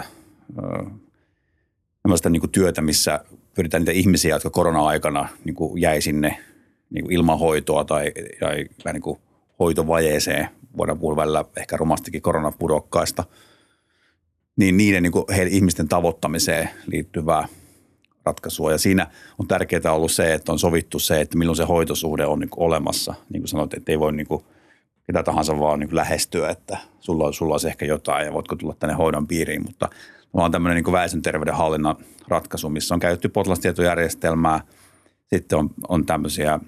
D: niin kuin työtä, missä pyritään niitä ihmisiä, jotka korona-aikana niin kuin jäi sinne niin kuin ilman hoitoa tai niin kuin hoitovajeeseen, voidaan puhua välillä ehkä romastikin koronapudokkaista, niin niiden niin kuin ihmisten tavoittamiseen liittyvää ratkaisua. Ja siinä on tärkeää ollut se, että on sovittu se, että milloin se hoitosuhde on niin kuin olemassa. Niin kuin sanoit, että ei voi niin kuin ketä tahansa vaan niin kuin lähestyä, että sulla olisi ehkä jotain ja voitko tulla tänne hoidon piiriin, mutta on tämmöinen niin kuin väestön terveydenhallinnan ratkaisu, missä on käytetty potilastietojärjestelmää, sitten on tämmöisiä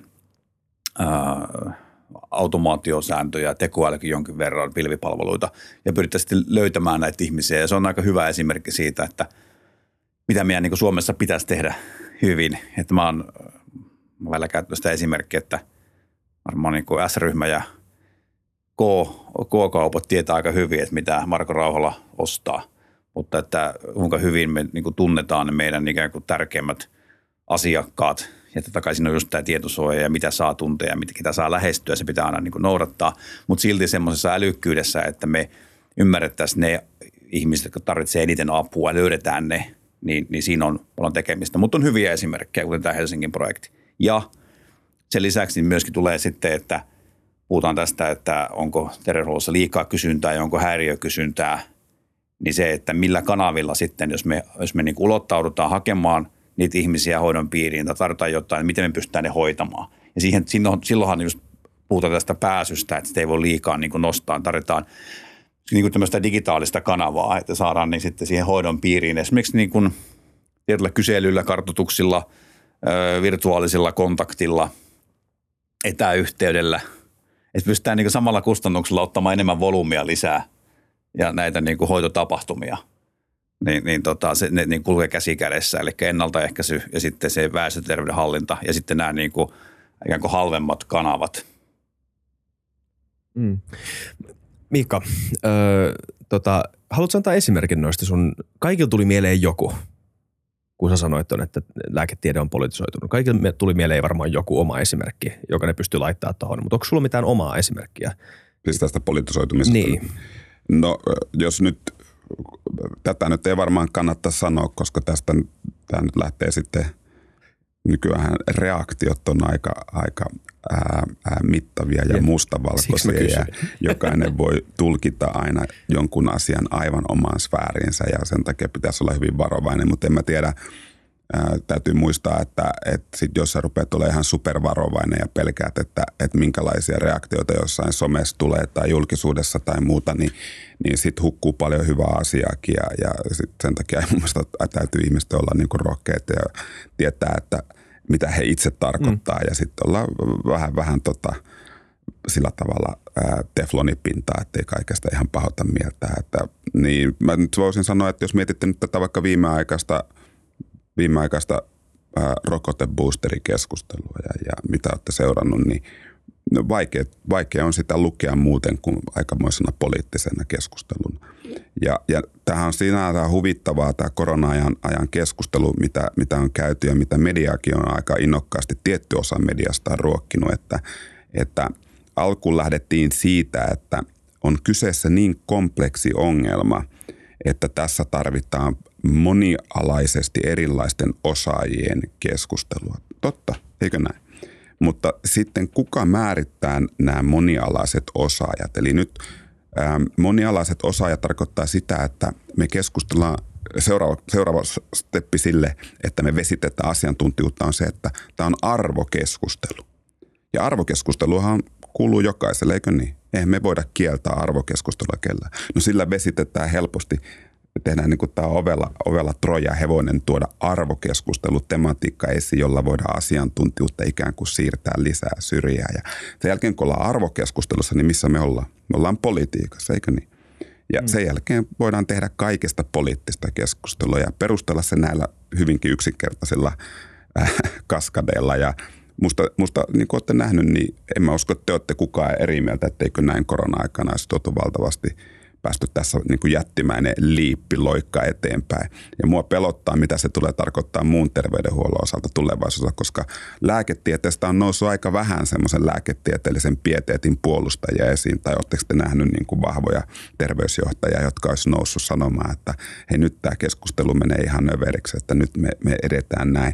D: automaatiosääntöjä, tekoälykin jonkin verran, pilvipalveluita ja pyritään sitten löytämään näitä ihmisiä ja se on aika hyvä esimerkki siitä, että mitä meidän niin kuin Suomessa pitäisi tehdä hyvin, että mä oon Mä välillä käytän sitä esimerkkiä, että varmaan niin kuin S-ryhmä ja K-kaupat tietää aika hyvin, että mitä Marko Rauhala ostaa. Mutta että kuinka hyvin me niin kuin tunnetaan ne meidän ikään kuin tärkeimmät asiakkaat. Ja totta kai siinä on just tämä tietosuoja ja mitä saa tuntea ja mitä saa lähestyä. Se pitää aina niin kuin noudattaa. Mutta silti semmoisessa älykkyydessä, että me ymmärrettäisiin ne ihmiset, jotka tarvitsevat eniten apua, löydetään ne, niin siinä on paljon tekemistä. Mutta on hyviä esimerkkejä, kuten tämä Helsingin projekti. Ja sen lisäksi myöskin tulee sitten, että puhutaan tästä, että onko terveydenhuollossa liikaa kysyntää ja onko häiriökysyntää, niin se, että millä kanavilla sitten, jos me niin kuin ulottaudutaan hakemaan niitä ihmisiä hoidon piiriin tai tarvitaan jotain, niin miten me pystytään ne hoitamaan. Ja silloinhan just puhutaan tästä pääsystä, että sitä ei voi liikaa niin kuin nostaa. Tarvitaan niin kuin tämmöistä digitaalista kanavaa, että saadaan niin sitten siihen hoidon piiriin. Esimerkiksi niin kuin tietyllä kyselyllä, kartoituksilla, virtuaalisilla kontaktilla, etäyhteydellä, että pystytään niin kuin samalla kustannuksella ottamaan enemmän volyymia lisää ja näitä niin kuin hoitotapahtumia. Ne niin kulkee käsi kädessä, eli ennaltaehkäisy ja sitten se väestöterveydenhallinta ja sitten nämä niin kuin, ikään kuin halvemmat kanavat.
A: Miikka, haluatko antaa esimerkin noista sun, kaikilla tuli mieleen joku, kun sä sanoit että lääketiede on politisoitunut. Kaikilla tuli mieleen varmaan joku oma esimerkki, joka ne pystyy laittamaan tuohon, mutta onko sulla mitään omaa esimerkkiä?
C: Siis tästä politisoitumisesta?
A: Niin.
C: No jos nyt, tätä nyt ei varmaan kannata sanoa, koska tämä nyt lähtee sitten, nykyään reaktiot on aika mittavia ja mustavalkoisia ja jokainen voi tulkita aina jonkun asian aivan omaan sfääriinsä ja sen takia pitäisi olla hyvin varovainen, mutta en mä tiedä, täytyy muistaa, että sit jos sä rupeat olemaan ihan supervarovainen ja pelkäät, että minkälaisia reaktioita jossain somessa tulee tai julkisuudessa tai muuta, niin sit hukkuu paljon hyvää asiaakin ja sit sen takia mun mielestä täytyy ihmisten olla niinku rohkeita ja tietää, että mitä he itse tarkoittaa ja sitten olla vähän sillä tavalla teflonipintaa, ettei kaikesta ihan pahoita mieltä. Niin mä nyt voisin sanoa, että jos mietitte nyt tätä vaikka viimeaikaista rokoteboosterikeskustelua ja mitä olette seurannut, niin vaikea on sitä lukea muuten kuin aikamoisena poliittisena keskusteluna. Ja tämähän on sinänsä huvittavaa tämä korona-ajan keskustelu, mitä on käyty ja mitä mediakin on aika innokkaasti tietty osa mediasta on ruokkinut, että alkuun lähdettiin siitä, että on kyseessä niin kompleksi ongelma, että tässä tarvitaan monialaisesti erilaisten osaajien keskustelua. Totta, eikö näin? Mutta sitten kuka määrittää nämä monialaiset osaajat? Eli nyt monialaiset osaajat tarkoittaa sitä, että me keskustellaan, seuraava steppi sille, että me vesitetään asiantuntijuutta on se, että tämä on arvokeskustelu. Ja arvokeskusteluhan kuuluu jokaiselle, eikö niin? Eihän me voida kieltää arvokeskustelua kellään. No sillä vesitetään helposti, tehdään niin kuin tämä ovella Troja hevonen tuoda arvokeskustelutematiikka esiin, jolla voidaan asiantuntijuutta ikään kuin siirtää lisää syrjää. Ja sen jälkeen kun ollaan arvokeskustelussa, niin missä me ollaan? Me ollaan politiikassa, eikö niin? Ja sen jälkeen voidaan tehdä kaikesta poliittista keskustelua ja perustella se näillä hyvinkin yksinkertaisilla kaskadeilla. Ja musta niin kuin olette nähnyt, niin en mä usko, että te olette kukaan eri mieltä, etteikö näin korona-aikana olisi tuotu valtavasti päästy tässä niin kuin jättimäinen liippiloikka eteenpäin. Ja mua pelottaa, mitä se tulee tarkoittaa muun terveydenhuollon osalta tulevaisuudessa, koska lääketieteestä on noussut aika vähän semmoisen lääketieteellisen pieteetin puolustajia esiin. Tai oletteko te nähnyt niin kuin vahvoja terveysjohtajia, jotka olisi noussut sanomaan, että hei, nyt tämä keskustelu menee ihan överiksi, että nyt me edetään näin.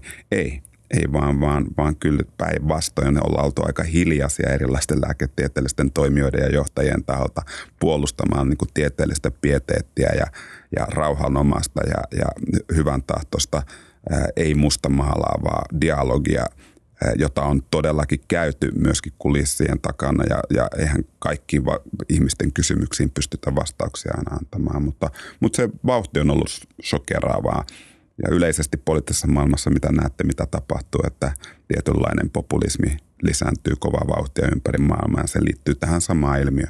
C: Ei vaan kyllä päinvastoin ollaan oltu aika hiljaisia erilaisten lääketieteellisten toimijoiden ja johtajien taholta puolustamaan niin kuin tieteellistä pieteettiä ja rauhanomasta ja hyvän tahtoista, ei mustamaalaavaa dialogia, jota on todellakin käyty myöskin kulissien takana ja eihän kaikkiin ihmisten kysymyksiin pystytä vastauksia aina antamaan, mutta se vauhti on ollut shokeraavaa. Ja yleisesti poliittisessa maailmassa, mitä näette, mitä tapahtuu, että tietynlainen populismi lisääntyy kovaa vauhtia ympäri maailmaa ja se liittyy tähän samaan ilmiöön.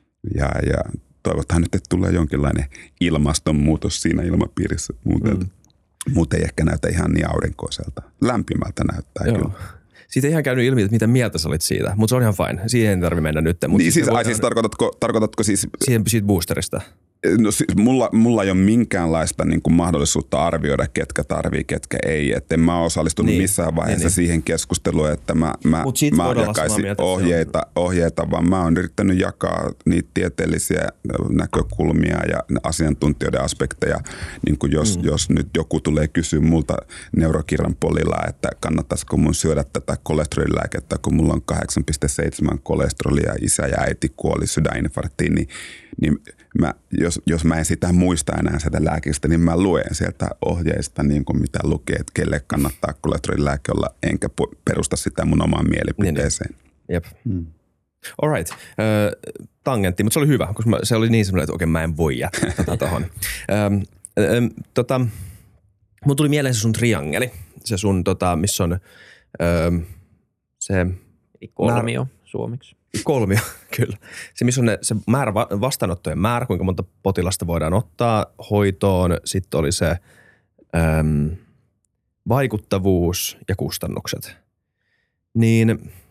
C: Ja toivotaan nyt, että tulee jonkinlainen ilmastonmuutos siinä ilmapiirissä. Muuten ei ehkä näytä ihan niin aurinkoiselta. Lämpimältä näyttää. Joo. Kyllä.
A: Siitä ei ihan käynyt ilmi, että mitä mieltä sä olit siitä, mutta se on ihan fine. Siihen ei tarvitse mennä nyt.
C: Niin siis tarkoitatko siis...
A: Siitä boosterista?
C: No siis mulla ei ole minkäänlaista niin kuin mahdollisuutta arvioida, ketkä tarvii, ketkä ei. Että en mä ole osallistunut missään vaiheessa siihen keskusteluun, että mä jakaisin ohjeita, vaan mä oon yrittänyt jakaa niitä tieteellisiä näkökulmia ja asiantuntijoiden aspekteja. Niin kuin jos nyt joku tulee kysyä multa neurokirjan polilla, että kannattaisiko mun syödä tätä kolesterolilääkettä, kun mulla on 8,7 kolesterolia ja isä ja äiti kuoli sydäninfarktiin, niin jos mä en sitä muista enää sieltä lääkistä, niin mä luen sieltä ohjeista niin kuin mitä lukee, että kelle kannattaa kolesterolilääke olla, enkä perusta sitä mun omaan mielipiteeseen.
A: Jep. All right. Tangentti, mutta se oli hyvä, koska se oli niin semmoinen, että okei, mä en voi jättää tätä tohon. Mun tuli mieleen se sun triangeli, se sun, missä on se...
B: Kolmio suomeksi.
A: Kolmio, kyllä. Se, missä on se määrä, vastaanottojen määrä, kuinka monta potilasta voidaan ottaa hoitoon. Sitten oli se vaikuttavuus ja kustannukset. Niin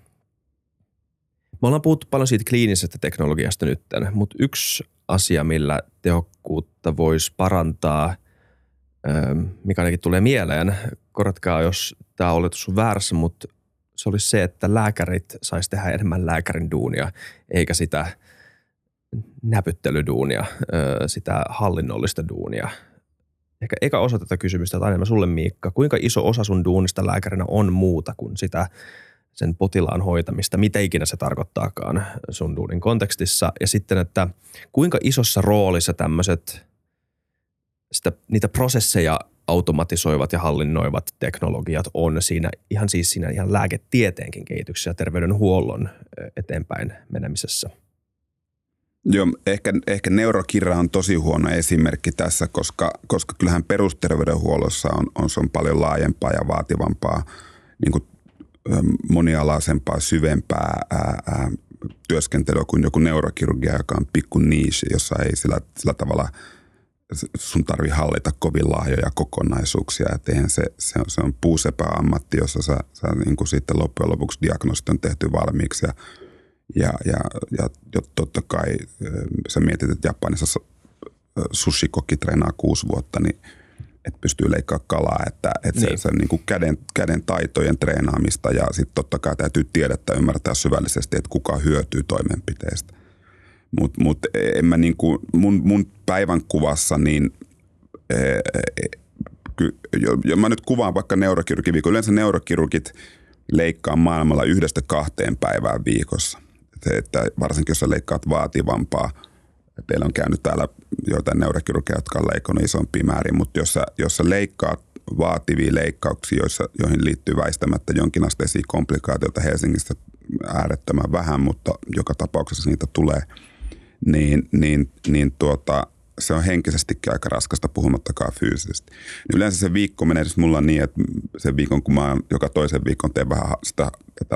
A: me ollaan puhuttu paljon siitä kliinisestä teknologiasta nyt, mutta yksi asia, millä tehokkuutta voisi parantaa, mikä ainakin tulee mieleen, korjatkaa jos tämä oletus on väärässä, mutta se olisi se, että lääkärit saisi tehdä enemmän lääkärin duunia, eikä sitä näpyttelyduunia, sitä hallinnollista duunia. Ehkä eka osa tätä kysymystä, että enemmän sulle Miikka, kuinka iso osa sun duunista lääkärinä on muuta kuin sitä sen potilaan hoitamista, mitä ikinä se tarkoittaakaan sun duunin kontekstissa. Ja sitten, että kuinka isossa roolissa tämmöiset niitä prosesseja automatisoivat ja hallinnoivat teknologiat on siinä ihan lääketieteenkin kehityksessä ja terveydenhuollon eteenpäin menemisessä.
C: Joo, ehkä neurokirja on tosi huono esimerkki tässä, koska kyllähän perusterveydenhuollossa se on paljon laajempaa ja vaativampaa, niin kuin monialaisempaa, syvempää työskentelyä kuin joku neurokirurgia, joka on pikku niche, jossa ei sillä tavalla sun tarvii hallita kovin laajoja kokonaisuuksia. Et eihän se on puusepä-ammatti, jossa sä niin kuin sitten loppujen lopuksi diagnosti on tehty valmiiksi. Ja totta kai sä mietit, että Japanissa sushikokki treenaa 6 vuotta, niin et pystyy leikkaamaan kalaa. Että niin. Se niin kuin käden taitojen treenaamista ja sitten totta kai täytyy tiedettä ymmärtää syvällisesti, että kuka hyötyy toimenpiteestä. Mutta en mä niinku, mun päivän kuvassa, niin mä nyt kuvaan vaikka neurokirurgiviikon. Yleensä neurokirurgit leikkaa maailmalla 1-2 päivää viikossa. Että varsinkin jos sä leikkaat vaativampaa, teillä on käynyt täällä joitain neurokirurgeja, jotka on leikannut isompia määrin, mutta jos sä leikkaat vaativia leikkauksia, joihin liittyy väistämättä jonkinasteisia komplikaatioita Helsingissä äärettömän vähän, mutta joka tapauksessa niitä tulee, niin se on henkisestikin aika raskasta, puhumattakaan fyysisesti. Yleensä se viikko menee siis mulla niin, että sen viikon, kun mä joka toisen viikon teen vähän sitä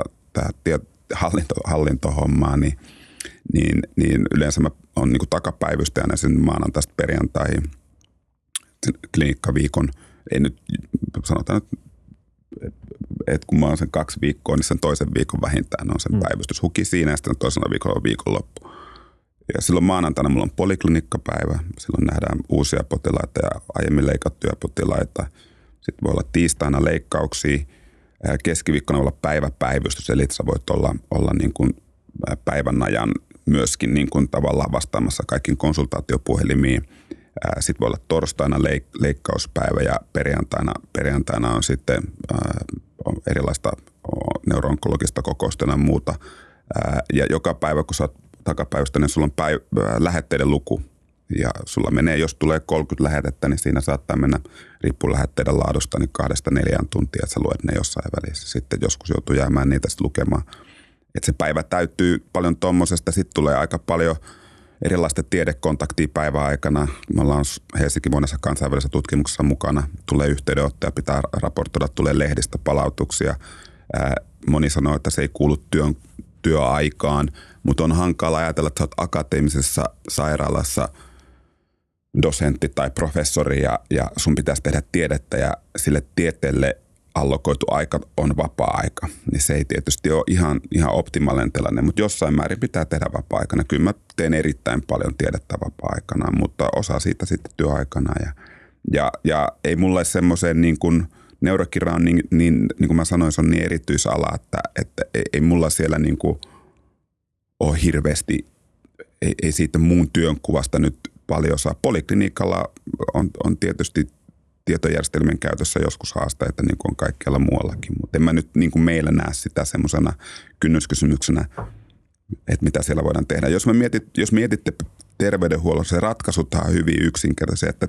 C: hallintohommaa, niin yleensä mä oon niin kuin takapäivystäjänä sen maanantaista perjantaihin sen klinikkaviikon. Ei nyt sanotaan, että kun mä oon sen 2 viikkoa, niin sen toisen viikon vähintään on sen päivystys. Huki siinä ja sitten toisena viikolla on viikonloppu. Ja silloin maanantaina mulla on poliklinikkapäivä. Silloin nähdään uusia potilaita ja aiemmin leikattuja potilaita. Sitten voi olla tiistaina leikkauksia. Keskiviikkona voi olla päiväpäivystys, eli sä voit olla niin kuin päivän ajan myöskin niin kuin tavallaan vastaamassa kaikkiin konsultaatiopuhelimiin. Sitten voi olla torstaina leikkauspäivä ja perjantaina on sitten erilaista neuroonkologista kokousta ja muuta. Ja joka päivä, kun sä oot takapäivästä, niin sulla on lähetteiden luku. Ja sulla menee, jos tulee 30 lähetettä, niin siinä saattaa mennä riippuen lähetteiden laadusta niin 2-4 tuntia, että sä luet ne jossain välissä. Sitten joskus joutuu jäämään niitä sitten lukemaan. Että se päivä täyttyy paljon tommosesta. Sitten tulee aika paljon erilaista tiedekontaktia päivän aikana. Me ollaan Helsingin monessa kansainvälisessä tutkimuksessa mukana. Tulee yhteydenottoja, pitää raportoida, tulee lehdistä palautuksia. Moni sanoo, että se ei kuulu työaikaan, mutta on hankala ajatella, että sä oot akateemisessa sairaalassa dosentti tai professori ja sun pitäisi tehdä tiedettä ja sille tieteelle allokoitu aika on vapaa-aika, niin se ei tietysti ole ihan optimaalinen tilanne, mutta jossain määrin pitää tehdä vapaa-aikana. Kyllä mä teen erittäin paljon tiedettä vapaa-aikana, mutta osa siitä sitten työaikana. Ja ei mulle semmoiseen niin kuin neurokirja on niin kuin mä sanoin, se on niin erityisala, että ei mulla siellä niin kuin ole hirveästi, ei siitä muun työnkuvasta nyt paljon saa. Poliklinikalla on tietysti tietojärjestelmien käytössä joskus haasteita, niin kuin on kaikkialla muuallakin, mutta en mä nyt niin kuin meillä näe sitä semmoisena kynnyskysymyksenä, että mitä siellä voidaan tehdä. Jos mietitte terveydenhuollossa, se ratkaisuthan on hyvin yksinkertaisia, että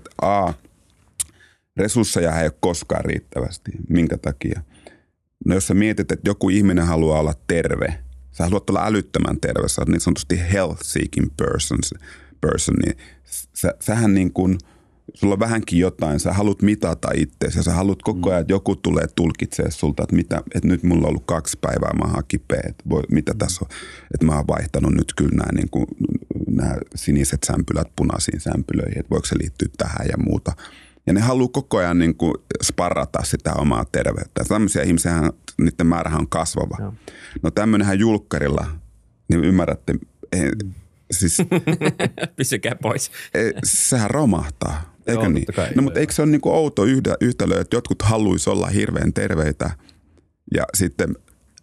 C: resursseja ei ole koskaan riittävästi. Minkä takia? No jos sä mietit, että joku ihminen haluaa olla terve, sä haluat olla älyttömän terve, sä oot niin sanotusti health seeking person, niin sähän niin kuin, sulla on vähänkin jotain, sä haluat mitata itseäsi ja sä haluat koko ajan, että joku tulee tulkitsemaan sulta, että nyt mulla on ollut 2 päivää, mä oon kipeä, että mitä tässä on, että mä oon vaihtanut nyt kyllä nämä siniset sämpylät punaisiin sämpylöihin, että voiko se liittyä tähän ja muuta. Ja ne haluaa koko ajan niin kuin sparrata sitä omaa terveyttä. Tämmöisiä ihmisiä, niiden määrähän on kasvava. Joo. No tämmöinenhän julkkarilla, niin ymmärrätte, siis
B: pysykää pois.
C: Sehän romahtaa, eikö niin? No mutta eikö se ole niin kuin outo yhtälö, että jotkut haluaisi olla hirveän terveitä ja sitten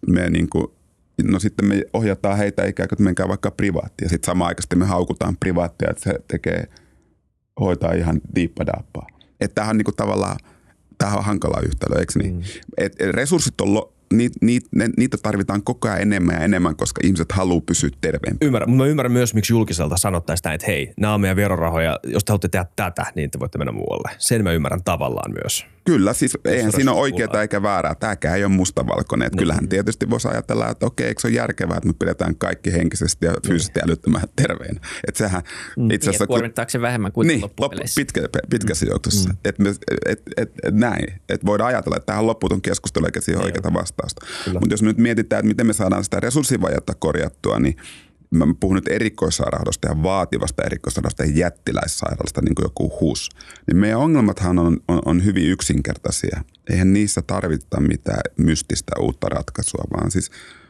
C: sitten me ohjataan heitä ikään kuin, että menkää vaikka privaattia. Sitten samaan aikaan me haukutaan privaattia, että se hoitaa ihan diippadaappaa. Että tämähän on niin kuin tavallaan, tämähän on hankala yhtälö, eikö niin? Resurssit on niitä tarvitaan koko ajan enemmän ja enemmän, koska ihmiset haluaa pysyä terveempiä.
A: Ymmärrän, mutta mä ymmärrän myös, miksi julkiselta sanottaisiin näin, että hei, nämä on meidän verorahoja, jos te haluatte tehdä tätä, niin te voitte mennä muualle. Sen mä ymmärrän tavallaan myös.
C: Kyllä, siis eihän siinä ole oikeaa eikä väärää. Tämäkään ei ole mustavalkoinen. Että kyllähän tietysti voisi ajatella, että okei, eikö se ole järkevää, että me pidetään kaikki henkisesti ja fyysisesti älyttömän terveenä. Että sehän itse asiassa...
B: Kuormittaako se vähemmän kuin loppupeleissä?
C: Pitkässä juoksussa. Näin. Että voidaan ajatella, että tähän loppuun keskustelu eikä siihen oikeaa vastausta. Mutta jos me nyt mietitään, että miten me saadaan sitä resurssivajetta korjattua, niin mä puhun nyt erikoissairaanhoidosta ja vaativasta erikoissairaanhoidosta ja jättiläissairaalasta, niin kuin joku HUS. Niin meidän ongelmathan on hyvin yksinkertaisia. Eihän niissä tarvita mitään mystistä uutta ratkaisua, vaan siis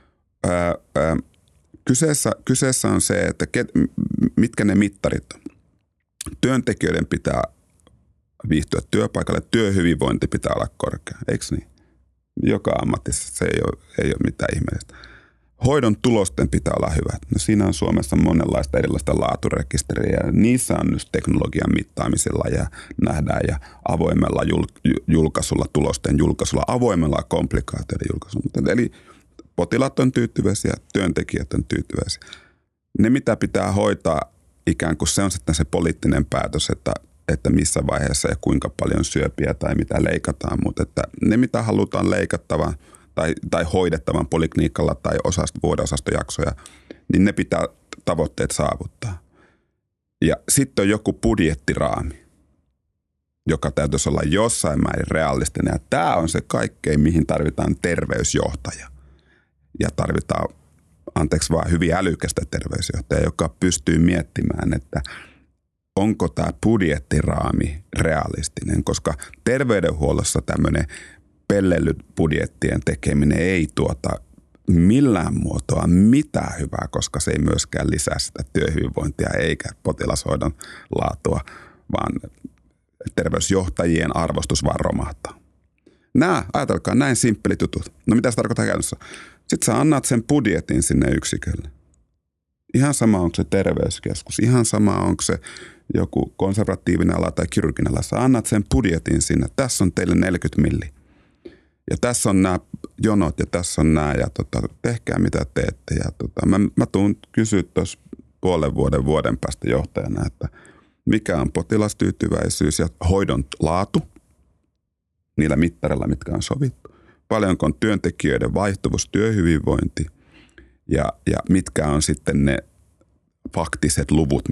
C: kyseessä on se, että mitkä ne mittarit on. Työntekijöiden pitää viihtyä työpaikalle, työhyvinvointi pitää olla korkea, eikö niin? Joka ammatissa se ei ole mitään ihmeellistä. Hoidon tulosten pitää olla hyvät. No siinä on Suomessa monenlaista erilaista laaturekisteriä. Niissä on nyt teknologian mittaamisella ja nähdään ja avoimella julkaisulla, tulosten julkaisulla, avoimella komplikaatioiden julkaisulla. Eli potilaat on tyytyväisiä, työntekijät on tyytyväisiä. Ne mitä pitää hoitaa ikään kuin se on sitten se poliittinen päätös, että missä vaiheessa ja kuinka paljon syöpiä tai mitä leikataan, mutta että ne mitä halutaan leikattavan tai hoidettavan poliklinikalla tai vuodeosastojaksoja, niin ne pitää tavoitteet saavuttaa. Ja sitten on joku budjettiraami, joka täytyisi olla jossain määrin realistinen. Ja tämä on se kaikkein, mihin tarvitaan terveysjohtaja. Ja tarvitaan, hyvin älykästä terveysjohtajaa, joka pystyy miettimään, että onko tämä budjettiraami realistinen, koska terveydenhuollossa tämmöinen pellelyt-budjettien tekeminen ei tuota millään muotoa mitään hyvää, koska se ei myöskään lisää sitä työhyvinvointia eikä potilashoidon laatua, vaan terveysjohtajien arvostus vaan romahtaa. Ajatelkaa, näin simppelit jutut. No mitä se tarkoittaa käytännössä? Sitten sä annat sen budjetin sinne yksikölle. Ihan sama onko se terveyskeskus, ihan sama onko se joku konservatiivinen ala tai kirurginen ala. Sä annat sen budjetin sinne. Tässä on teille 40 milli. Ja tässä on nämä jonot ja tässä on nämä ja tehkää mitä teette. Ja mä tuun kysyä tuossa vuoden päästä johtajana, että mikä on potilastyytyväisyys ja hoidon laatu niillä mittareilla, mitkä on sovittu. Paljonko on työntekijöiden vaihtuvuus, työhyvinvointi ja mitkä on sitten ne faktiset luvut,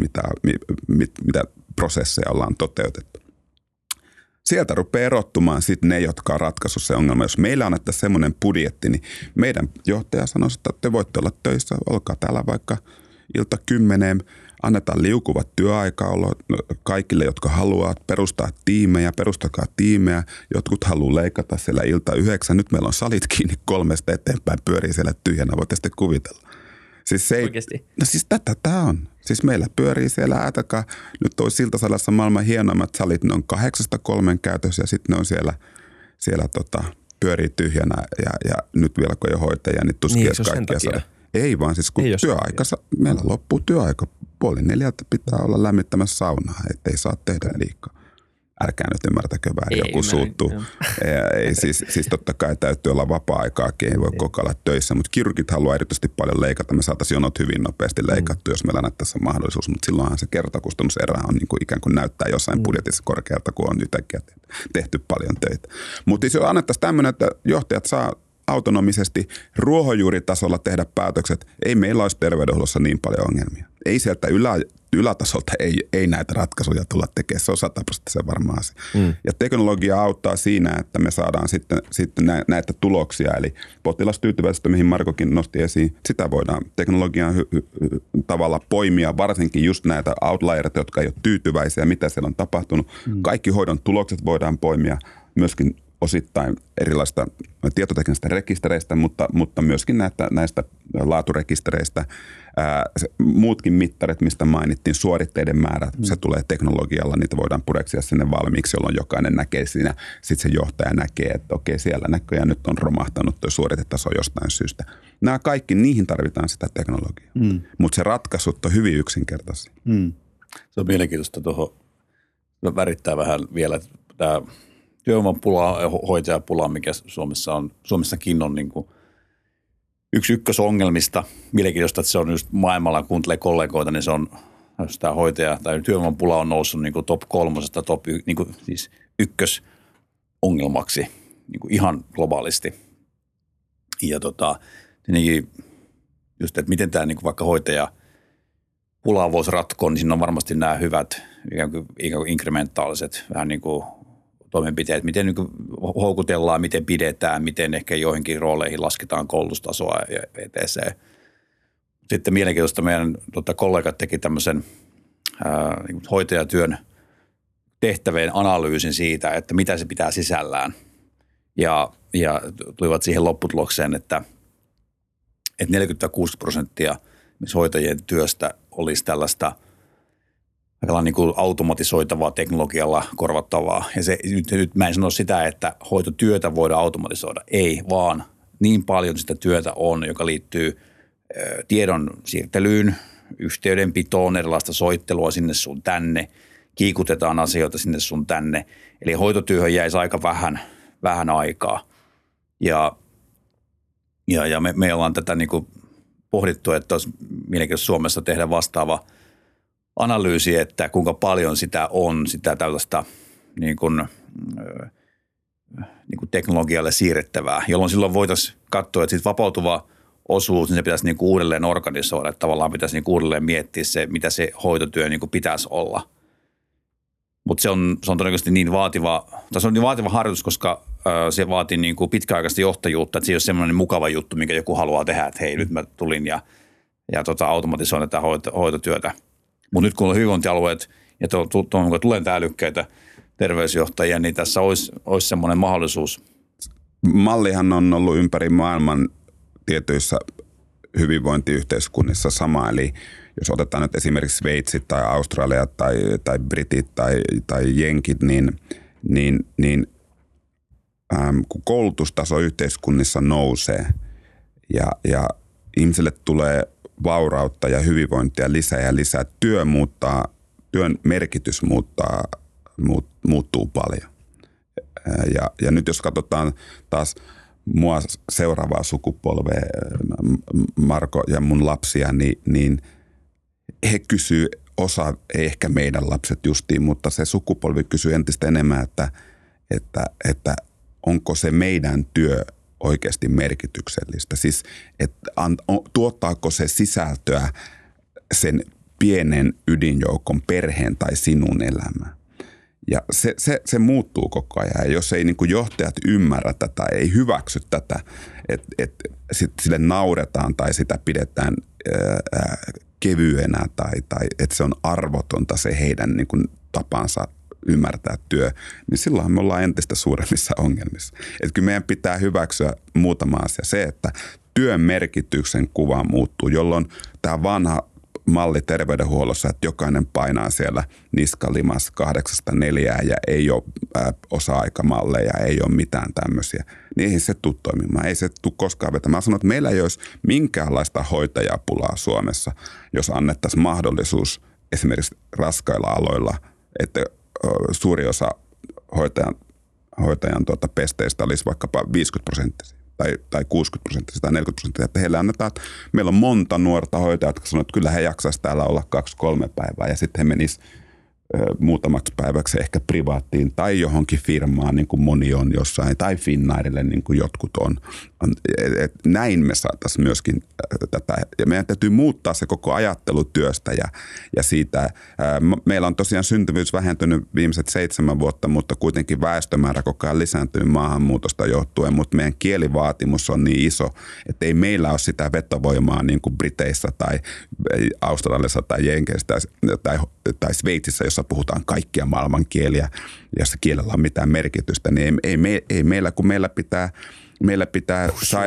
C: mitä prosesseja ollaan toteutettu. Sieltä rupeaa erottumaan sitten ne, jotka on ratkaissut se ongelma. Jos meillä on että semmoinen budjetti, niin meidän johtaja sanoi, että te voitte olla töissä, olkaa täällä vaikka ilta 10, Annetaan liukuvat työaikaolot kaikille, jotka haluavat perustaa tiimejä, perustakaa tiimejä. Jotkut haluaa leikata siellä ilta 9. Nyt meillä on salit kiinni 3 eteenpäin, pyörii siellä tyhjänä, voitte sitten kuvitella. Siis se ei,
B: Oikeasti?
C: No siis tätä tämä on. Siis meillä pyörii siellä, ajatakaa, nyt on Siltasalassa maailman hienoimmat salit, ne on 8-3 käytössä ja sitten ne on siellä pyörii tyhjänä ja nyt vielä kun ei ole hoitajia, niin tuskin edes kaikkia saada. Ei vaan siis kun työaika, meillä loppuu työaika, 3:30 pitää olla lämmittämässä saunaa, ettei saa tehdä liikaa. Älkää nyt ymmärtäkö väärin, joku suuttuu. Ei, siis totta kai täytyy olla vapaa-aikaakin, ei voi koko ajan töissä, mutta kirurgit haluaa erityisesti paljon leikata. Me saataisiin jonot hyvin nopeasti leikattua, jos meillä annettaisiin mahdollisuus, mutta silloinhan se kertakustannuserä on niin kuin ikään kuin näyttää jossain budjetissa korkealta, kun on yhtäkkiä tehty paljon töitä. Mutta jos annettaisiin tämmöinen, että johtajat saa autonomisesti ruohonjuuritasolla tehdä päätökset, ei meillä olisi terveydenhuollossa niin paljon ongelmia. Ei sieltä ylätasolta ei näitä ratkaisuja tulla tekemään, se on 100% varma asia. Ja teknologia auttaa siinä, että me saadaan sitten näitä tuloksia, eli potilastyytyväisyyttä, mihin Markokin nosti esiin, sitä voidaan teknologian tavalla poimia, varsinkin just näitä outliereita, jotka ei ole tyytyväisiä, mitä siellä on tapahtunut. Kaikki hoidon tulokset voidaan poimia, myöskin osittain erilaista tietoteknisistä rekistereistä, mutta myöskin näistä laaturekistereistä. Muutkin mittarit, mistä mainittiin, suoritteiden määrä, se tulee teknologialla, niitä voidaan pureksia sinne valmiiksi, jolloin jokainen näkee siinä. Sitten se johtaja näkee, että okei, siellä näköjään nyt on romahtanut tuo suoritetaso jostain syystä. Nämä kaikki, niihin tarvitaan sitä teknologiaa, mutta se ratkaisut on hyvin yksinkertaisia.
D: Se on mielenkiintoista tuohon, värittää vähän vielä tämä työvoimapula ja hoitajapula, mikä Suomessakin on niin kuin yksi ykkösongelmista. Mielenkiintoista, että se on just maailmalla, kun kuuntelee kollegoita, niin se on tämä hoitaja tai työvoimapula on noussut niin kuin top 3, niin kuin siis ykkösongelmaksi niin kuin ihan globaalisti. Ja just, että miten tämä niin kuin vaikka hoitajapulaa voisi ratkoa, niin siinä on varmasti nämä hyvät ikään kuin inkrementaaliset vähän niin kuin toimenpiteet, miten niin houkutellaan, miten pidetään, miten ehkä joihinkin rooleihin lasketaan koulutustasoa ja etc. Sitten mielenkiintoista meidän kollegat teki tämmöisen niin hoitajatyön tehtävien analyysin siitä, että mitä se pitää sisällään. Ja tulivat siihen lopputulokseen, että 46% hoitajien työstä olisi tällaista niin kuin automatisoitavaa teknologialla korvattavaa. Ja nyt mä en sano sitä, että hoitotyötä voidaan automatisoida. Ei, vaan niin paljon sitä työtä on, joka liittyy tiedon siirtelyyn, yhteydenpitoon, erilaista soittelua sinne sun tänne, kiikutetaan asioita sinne sun tänne. Eli hoitotyöhön jäisi aika vähän aikaa. Ja me ollaan tätä niin kuin pohdittu, että olisi mielenkiintoista Suomessa tehdä vastaava analyysi, että kuinka paljon sitä on, sitä tällaista niin kuin teknologialle siirrettävää, jolloin silloin voitaisiin katsoa, että sitten vapautuva osuus, niin se pitäisi niin kuin uudelleen organisoida, että tavallaan pitäisi niin kuin uudelleen miettiä se, mitä se hoitotyö niin kuin pitäisi olla. Mutta se on todennäköisesti niin vaativa harjoitus, koska se vaatii niin kuin pitkäaikaista johtajuutta, että se ei ole semmoinen mukava juttu, minkä joku haluaa tehdä, että hei, nyt mä tulin ja automatisoin tätä hoitotyötä. Mutta nyt kun on hyvinvointialueet ja tulee älykkäitä terveysjohtajia, niin tässä olisi semmoinen mahdollisuus.
C: Mallihan on ollut ympäri maailman tietyissä hyvinvointiyhteiskunnissa sama. Eli jos otetaan nyt esimerkiksi Sveitsi tai Australia tai Britit tai Jenkit, niin kun koulutustaso yhteiskunnissa nousee ja ihmiselle tulee vaurautta ja hyvinvointia lisää ja lisää, työn merkitys muuttuu paljon. Ja nyt jos katsotaan taas mua seuraavaa sukupolvea, Marko ja mun lapsia, niin he kysyy, osa, ei ehkä meidän lapset justiin, mutta se sukupolvi kysyy entistä enemmän, että onko se meidän työ oikeasti merkityksellistä. Siis, että tuottaako se sisältöä sen pienen ydinjoukon perheen tai sinun elämään. Ja se muuttuu koko ajan. Ja jos ei niin kuin johtajat ymmärrä tätä, ei hyväksy tätä, että sille nauretaan tai sitä pidetään kevyenä tai että se on arvotonta se heidän niin kuin tapansa ymmärtää työ, niin silloinhan me ollaan entistä suuremmissa ongelmissa. Että kyllä meidän pitää hyväksyä muutama asia. Se, että työn merkityksen kuva muuttuu, jolloin tämä vanha malli terveydenhuollossa, että jokainen painaa siellä niskalimas 8-4 ja ei ole osa-aikamalleja, ei ole mitään tämmöisiä, niin ei se tule toimimaan, ei se tule koskaan vetämään. Mä sanon, että meillä ei olisi minkäänlaista hoitajapulaa Suomessa, jos annettaisiin mahdollisuus esimerkiksi raskailla aloilla, että suuri osa hoitajan pesteistä olisi vaikkapa 50% tai 60% tai 40%, että heille annetaan, että meillä on monta nuorta hoitajaa, jotka sanoo, että kyllä he jaksaisivat täällä olla 2-3 päivää ja sitten he menisivät muutamaksi päiväksi ehkä privaattiin tai johonkin firmaan, niin kuin moni on jossain, tai Finnairille, niin kuin jotkut on. Näin me saataisiin myöskin tätä, ja meidän täytyy muuttaa se koko ajattelu työstä ja siitä. Meillä on tosiaan syntyvyys vähentynyt viimeiset 7 vuotta, mutta kuitenkin väestömäärä koko ajan lisääntynyt maahanmuutosta johtuen, mutta meidän kielivaatimus on niin iso, että ei meillä ole sitä vetovoimaa niin kuin Briteissä tai Australiassa tai Jenkeissä tai Sveitsissä, jossa puhutaan kaikkia maailman kieliä, jossa kielellä on mitään merkitystä, niin ei meillä, kun meillä pitää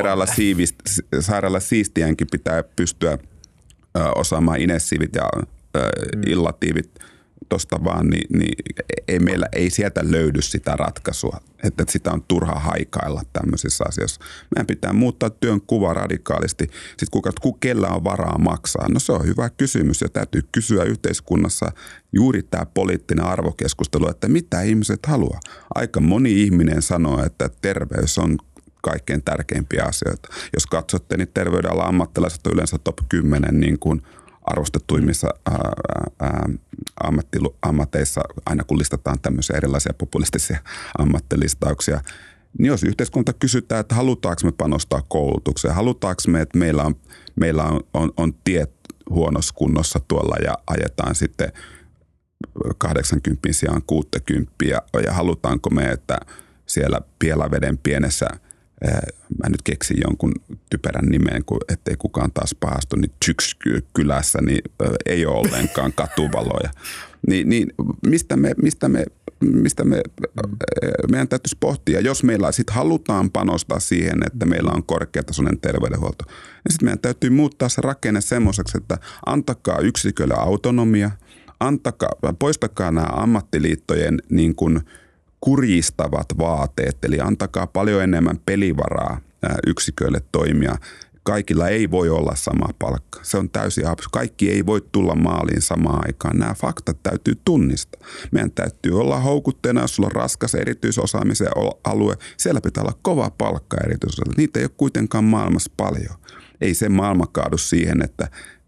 C: sairaala siistiänkin pitää pystyä osaamaan inessiivit ja illatiivit tuosta vaan, niin ei sieltä löydy sitä ratkaisua, että sitä on turha haikailla tämmöisissä asioissa. Meidän pitää muuttaa työn kuva radikaalisti. Sitten kellä on varaa maksaa? No se on hyvä kysymys ja täytyy kysyä yhteiskunnassa juuri tämä poliittinen arvokeskustelu, että mitä ihmiset haluaa. Aika moni ihminen sanoo, että terveys on kaikkein tärkeimpiä asioita. Jos katsotte, niin terveydenalan ammattilaiset on yleensä top 10 niin kuin arvostettuimmissa ammateissa, aina kun listataan tämmöisiä erilaisia populistisia ammattilistauksia, niin jos yhteiskunta kysytään, että halutaanko me panostaa koulutukseen, halutaanko me, että meillä on tiet huonossa kunnossa tuolla ja ajetaan sitten 80 sijaan 60 ja halutaanko me, että siellä Pielaveden pienessä, mä nyt keksin jonkun typerän nimen, ettei kukaan taas pahastu, niin Tyks-kylässä niin ei ole ollenkaan katuvaloja. Niin mistä meidän täytyisi pohtia, jos meillä sitten halutaan panostaa siihen, että meillä on korkeatasoinen terveydenhuolto, niin sitten meidän täytyy muuttaa se rakenne semmoiseksi, että antakaa yksikölle autonomia, poistakaa nämä ammattiliittojen niin kuin kurjistavat vaateet, eli antakaa paljon enemmän pelivaraa yksiköille toimia. Kaikilla ei voi olla sama palkka. Se on täysin absurdi. Kaikki ei voi tulla maaliin samaan aikaan. Nämä faktat täytyy tunnistaa. Meidän täytyy olla houkutteena, jos sulla on raskas erityisosaamisen alue. Siellä pitää olla kova palkka erityisosaamisen. Niitä ei ole kuitenkaan maailmassa paljon. Ei se maailma kaadu siihen, että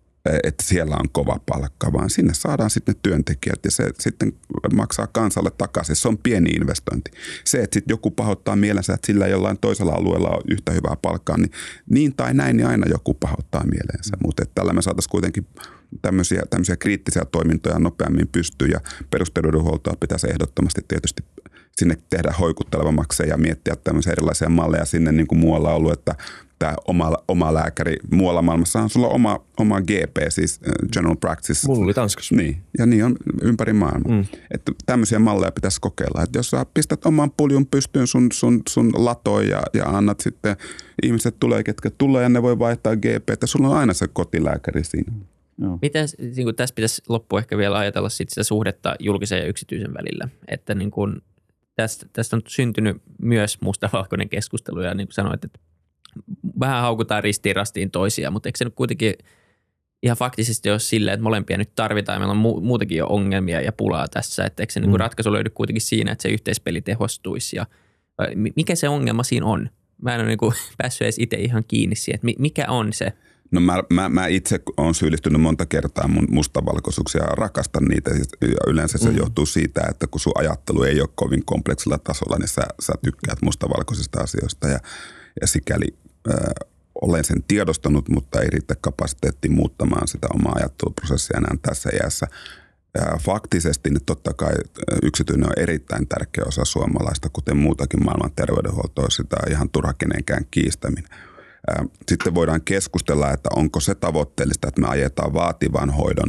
C: siellä on kova palkka, vaan sinne saadaan sitten työntekijät ja se sitten maksaa kansalle takaisin. Se on pieni investointi. Se, että sitten joku pahoittaa mielensä, että sillä jollain toisella alueella on yhtä hyvää palkkaa, niin tai näin, niin aina joku pahoittaa mielensä. Mutta tällä me saataisiin kuitenkin tämmöisiä kriittisiä toimintoja nopeammin pystyyn ja perusterveydenhuoltoa pitäisi ehdottomasti tietysti sinne tehdä hoikuttelevammaksi ja miettiä tämmöisiä erilaisia malleja sinne niin kuin muualla on ollut, että tämä oma lääkäri muualla maailmassa on sulla oma GP, siis General Practice.
A: Mulla oli Tanskassa.
C: Niin, ja niin on ympäri maailmaa. Että tämmöisiä malleja pitäisi kokeilla. Että jos sä pistät oman puljun pystyyn sun latoon ja annat sitten, ihmiset tulee, ketkä tulee ja ne voi vaihtaa GP, että sulla on aina se kotilääkäri siinä.
B: Joo. Miten niin tässä pitäisi loppuun ehkä vielä ajatella sitä suhdetta julkisen ja yksityisen välillä, että niin kuin tästä on syntynyt myös mustavalkoinen keskustelu ja niin kuin sanoit, että vähän haukutaan ristiin rastiin toisia, mutta eikö se nyt kuitenkin ihan faktisesti ole silleen, että molempia nyt tarvitaan ja meillä on muutenkin jo ongelmia ja pulaa tässä, että eikö se niin kuin ratkaisu löydy kuitenkin siinä, että se yhteispeli tehostuisi ja mikä se ongelma siinä on? Mä en ole niin kuin päässyt edes itse ihan kiinni siihen, että mikä on se?
C: No mä itse olen syyllistynyt monta kertaa mun mustavalkoisuuksia ja rakastan niitä. Ja yleensä se johtuu siitä, että kun sun ajattelu ei ole kovin kompleksilla tasolla, niin sä tykkäät mustavalkoisista asioista. Ja sikäli olen sen tiedostanut, mutta ei riitä kapasiteetti muuttamaan sitä omaa ajatteluprosessia enää tässä iässä. Faktisesti niin totta kai yksityinen on erittäin tärkeä osa suomalaista, kuten muutakin maailman terveydenhuoltoa. Sitä on ihan turha kenenkään kiistäminen. Sitten voidaan keskustella, että onko se tavoitteellista, että me ajetaan vaativan hoidon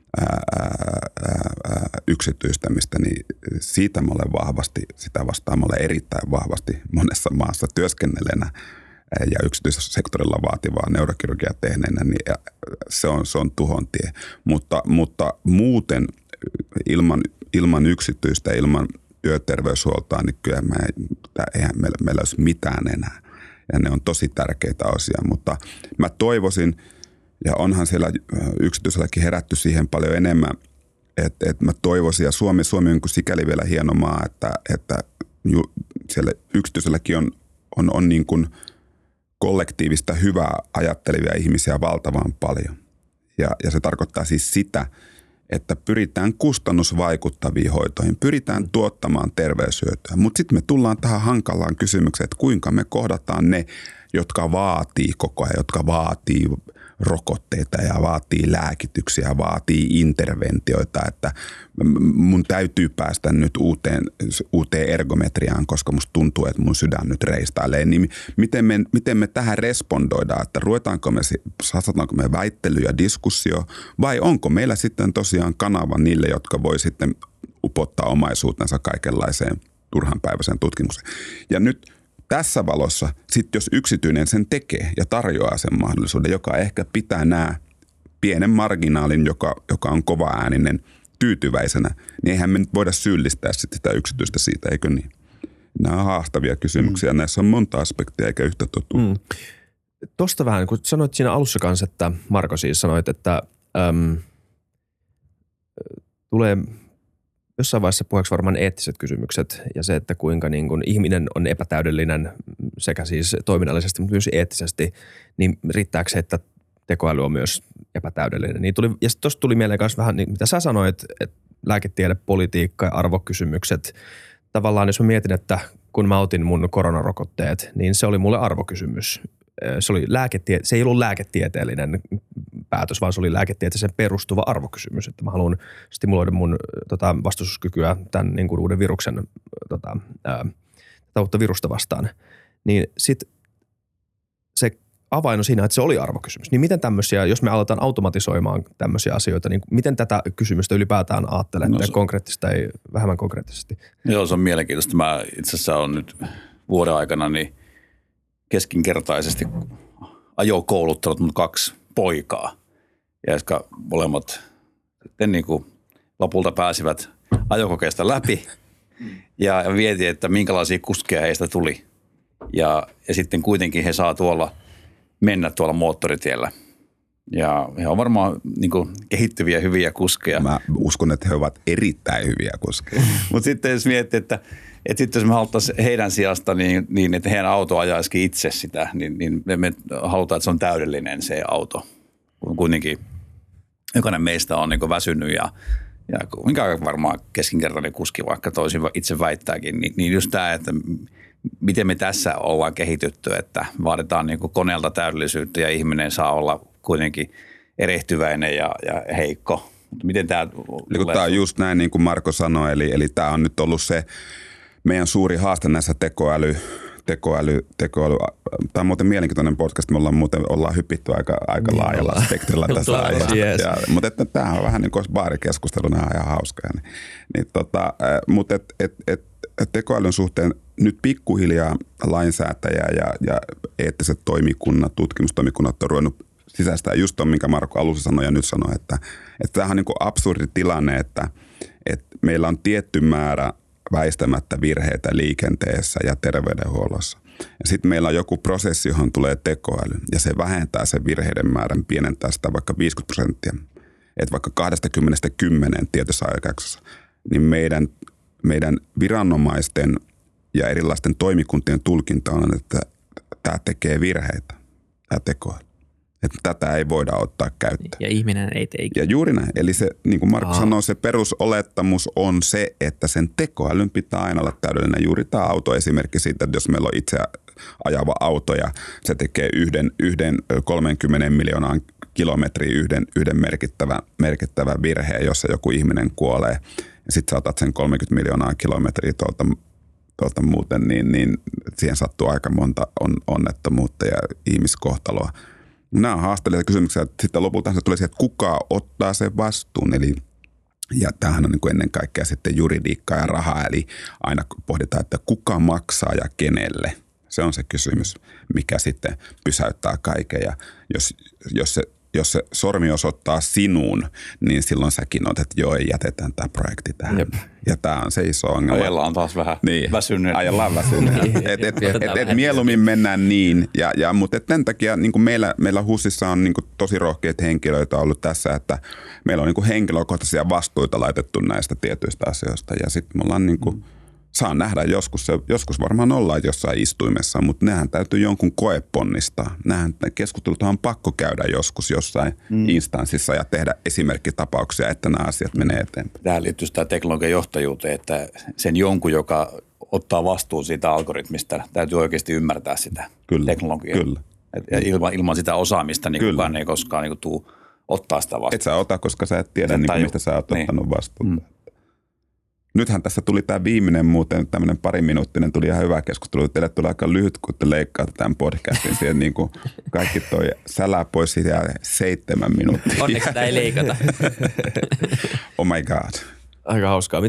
C: yksityistämistä, niin siitä mä olen vahvasti, sitä vastaan mä olen erittäin vahvasti monessa maassa työskennelleenä ja yksityissektorilla vaativaa neurokirurgiaa tehneenä, niin se on tuhon tie. Mutta muuten ilman yksityistä, ilman työterveyshuoltoa, niin kyllä eihän meillä olisi mitään enää. Ja ne on tosi tärkeitä osia, mutta mä toivoisin, ja onhan siellä yksityiselläkin herätty siihen paljon enemmän, että mä toivoisin, ja Suomi on sikäli vielä hieno maa, että siellä yksityiselläkin on niin kuin kollektiivista hyvää ajattelevia ihmisiä valtavan paljon. Ja se tarkoittaa siis sitä, että pyritään kustannusvaikuttaviin hoitoihin, pyritään tuottamaan terveyshyötyä. Mutta sitten me tullaan tähän hankalaan kysymykseen, että kuinka me kohdataan ne, jotka vaatii koko ajan, jotka vaatii rokotteita ja vaatii lääkityksiä, vaatii interventioita, että mun täytyy päästä nyt uuteen ergometriaan, koska musta tuntuu, että mun sydän nyt reistailee. Niin miten me tähän respondoidaan, että satsataanko me väittely ja diskussio vai onko meillä sitten tosiaan kanava niille, jotka voi sitten upottaa omaisuutensa kaikenlaiseen turhanpäiväiseen tutkimukseen. Ja nyt tässä valossa, sitten jos yksityinen sen tekee ja tarjoaa sen mahdollisuuden, joka ehkä pitää nämä pienen marginaalin, joka on kova-ääninen tyytyväisenä, niin eihän me nyt voida syyllistää sitä yksityistä siitä, eikö niin? Nämä on haastavia kysymyksiä. Näissä on monta aspektia eikä yhtä totuutta.
A: Tuosta vähän, kun sanoit siinä alussa kanssa, että Marko siis sanoit, että tulee jossain vaiheessa puheeksi varmaan eettiset kysymykset ja se, että kuinka niin kuin ihminen on epätäydellinen sekä siis toiminnallisesti, mutta myös eettisesti, niin riittääkö se, että tekoäly on myös epätäydellinen? Niin ja sitten tuosta tuli mieleen myös vähän, niin mitä sä sanoit, että lääketiede, politiikka ja arvokysymykset. Tavallaan jos mä mietin, että kun mä otin mun koronarokotteet, niin se oli mulle arvokysymys. Se ei ollut lääketieteellinen päätös, vaan se oli lääketieteeseen perustuva arvokysymys, että mä haluan stimuloida mun vastustuskykyä tämän niin kuin uuden viruksen uutta virusta vastaan. Niin sitten se avain on siinä, että se oli arvokysymys. Niin miten tämmöisiä, jos me aletaan automatisoimaan tämmöisiä asioita, niin miten tätä kysymystä ylipäätään ajattelette konkreettisesti tai vähemmän konkreettisesti?
D: Joo, se on mielenkiintoista. Mä itse asiassa olen nyt vuoden aikana niin keskinkertaisesti ajokouluttanut mun 2 poikaa, ja jotka molemmat sitten niin kuin lopulta pääsivät ajokokeesta läpi ja mietin, että minkälaisia kuskeja heistä tuli. Ja sitten kuitenkin he saa mennä tuolla moottoritiellä. Ja he on varmaan niin kuin kehittyviä, hyviä kuskeja.
C: Mä uskon, että he ovat erittäin hyviä kuskeja.
D: Mutta sitten jos miettii, että sitten jos me haluttaisiin heidän sijasta niin, että heidän auto ajaisikin itse sitä, niin me halutaan, että se on täydellinen se auto. Kuitenkin jokainen meistä on niin kuin väsynyt ja mikä varmaan keskinkertainen kuski, vaikka toisin itse väittääkin, niin just tämä, että miten me tässä ollaan kehitytty, että vaaditaan niin kuin koneelta täydellisyyttä ja ihminen saa olla kuitenkin erehtyväinen ja heikko. Miten tämä
C: Tämä on just näin, niin kuin Marko sanoi, eli tämä on nyt ollut se meidän suuri haaste näissä tekoäly. Tämä on muuten mielenkiintoinen podcast, me ollaan hypitty aika laajalla spektrillä tässä ajassa.
A: Yes.
C: Mutta tämä on vähän niin kuin baarikeskustelu, nämä on ihan hauskoja. Mutta tekoälyn suhteen nyt pikkuhiljaa lainsäätäjä ja eettiset toimikunnat, tutkimustoimikunnat on ruvennut sisäistää just tuon, minkä Marko alussa sanoi ja nyt sanoi, että tämähän on niin kuin absurdi tilanne, että meillä on tietty määrä väistämättä virheitä liikenteessä ja terveydenhuollossa. Ja sitten meillä on joku prosessi, johon tulee tekoäly ja se vähentää sen virheiden määrän, pienentää sitä vaikka 50%. Että vaikka 20-10 tietyssä aikajaksossa, niin meidän viranomaisten ja erilaisten toimikuntien tulkinta on, että tämä tekee virheitä, tämä tekoäly. Että tätä ei voida ottaa käyttöön.
B: Ja ihminen ei tee.
C: Ja juuri näin. Eli se, niin kuin Marko sanoi, se perusolettamus on se, että sen tekoälyn pitää aina olla täydellinen. Juuri tämä autoesimerkki siitä, että jos meillä on itse ajava auto ja se tekee yhden 30 miljoonaan kilometriä yhden merkittävän virheen, jossa joku ihminen kuolee. Ja sitten sä otat sen 30 miljoonaa kilometriä muuten, niin siihen sattuu aika monta onnettomuutta ja ihmiskohtaloa. Nämä on haasteellisia kysymyksiä. Sitten lopulta se tulee siihen, että kuka ottaa sen vastuun. Ja tämähän on niin kuin ennen kaikkea sitten juridiikkaa ja rahaa, eli aina pohditaan, että kuka maksaa ja kenelle. Se on se kysymys, mikä sitten pysäyttää kaiken. Ja jos se sormi osoittaa sinuun, niin silloin säkin olet, että joo, jätetään tämä projekti tähän. Jep. Ja tämä on se iso ongelma.
D: Ajellaan taas vähän väsynyt.
C: Ajellaan väsynyt. et mieluummin mennään niin. Mutta tämän takia niin kuin meillä HUSissa on niin kuin tosi rohkeita henkilöitä ollut tässä, että meillä on niin kuin henkilökohtaisia vastuita laitettu näistä tietyistä asioista. Ja sitten me ollaan niin kuin, saa nähdä joskus varmaan ollaan jossain istuimessa, mutta nehän täytyy jonkun koeponnistaa. Keskusteluthan on pakko käydä joskus jossain instanssissa ja tehdä esimerkkitapauksia, että nämä asiat menee eteenpäin. Tähän
D: liittyy sitä teknologian johtajuuteen, että sen jonkun, joka ottaa vastuun siitä algoritmista, täytyy oikeasti ymmärtää sitä teknologiaa.
C: Kyllä.
D: Ja ilman sitä osaamista niin kukaan ei koskaan niin tule ottaa sitä vastuuta.
C: Et sä ota, koska sä et tiedä, mistä sä oot ottanut vastuuta. Nythän tässä tuli tämä viimeinen muuten, tämmöinen pariminuuttinen, tuli ihan hyvä keskustelu. Teille tuli aika lyhyt, kun te leikkaatte tämän podcastin. Siihen niin kuin kaikki toi sälää pois siitä 7 minuuttia.
B: Onneksi sitä ei leikata.
C: Oh my god.
A: Aika hauskaa.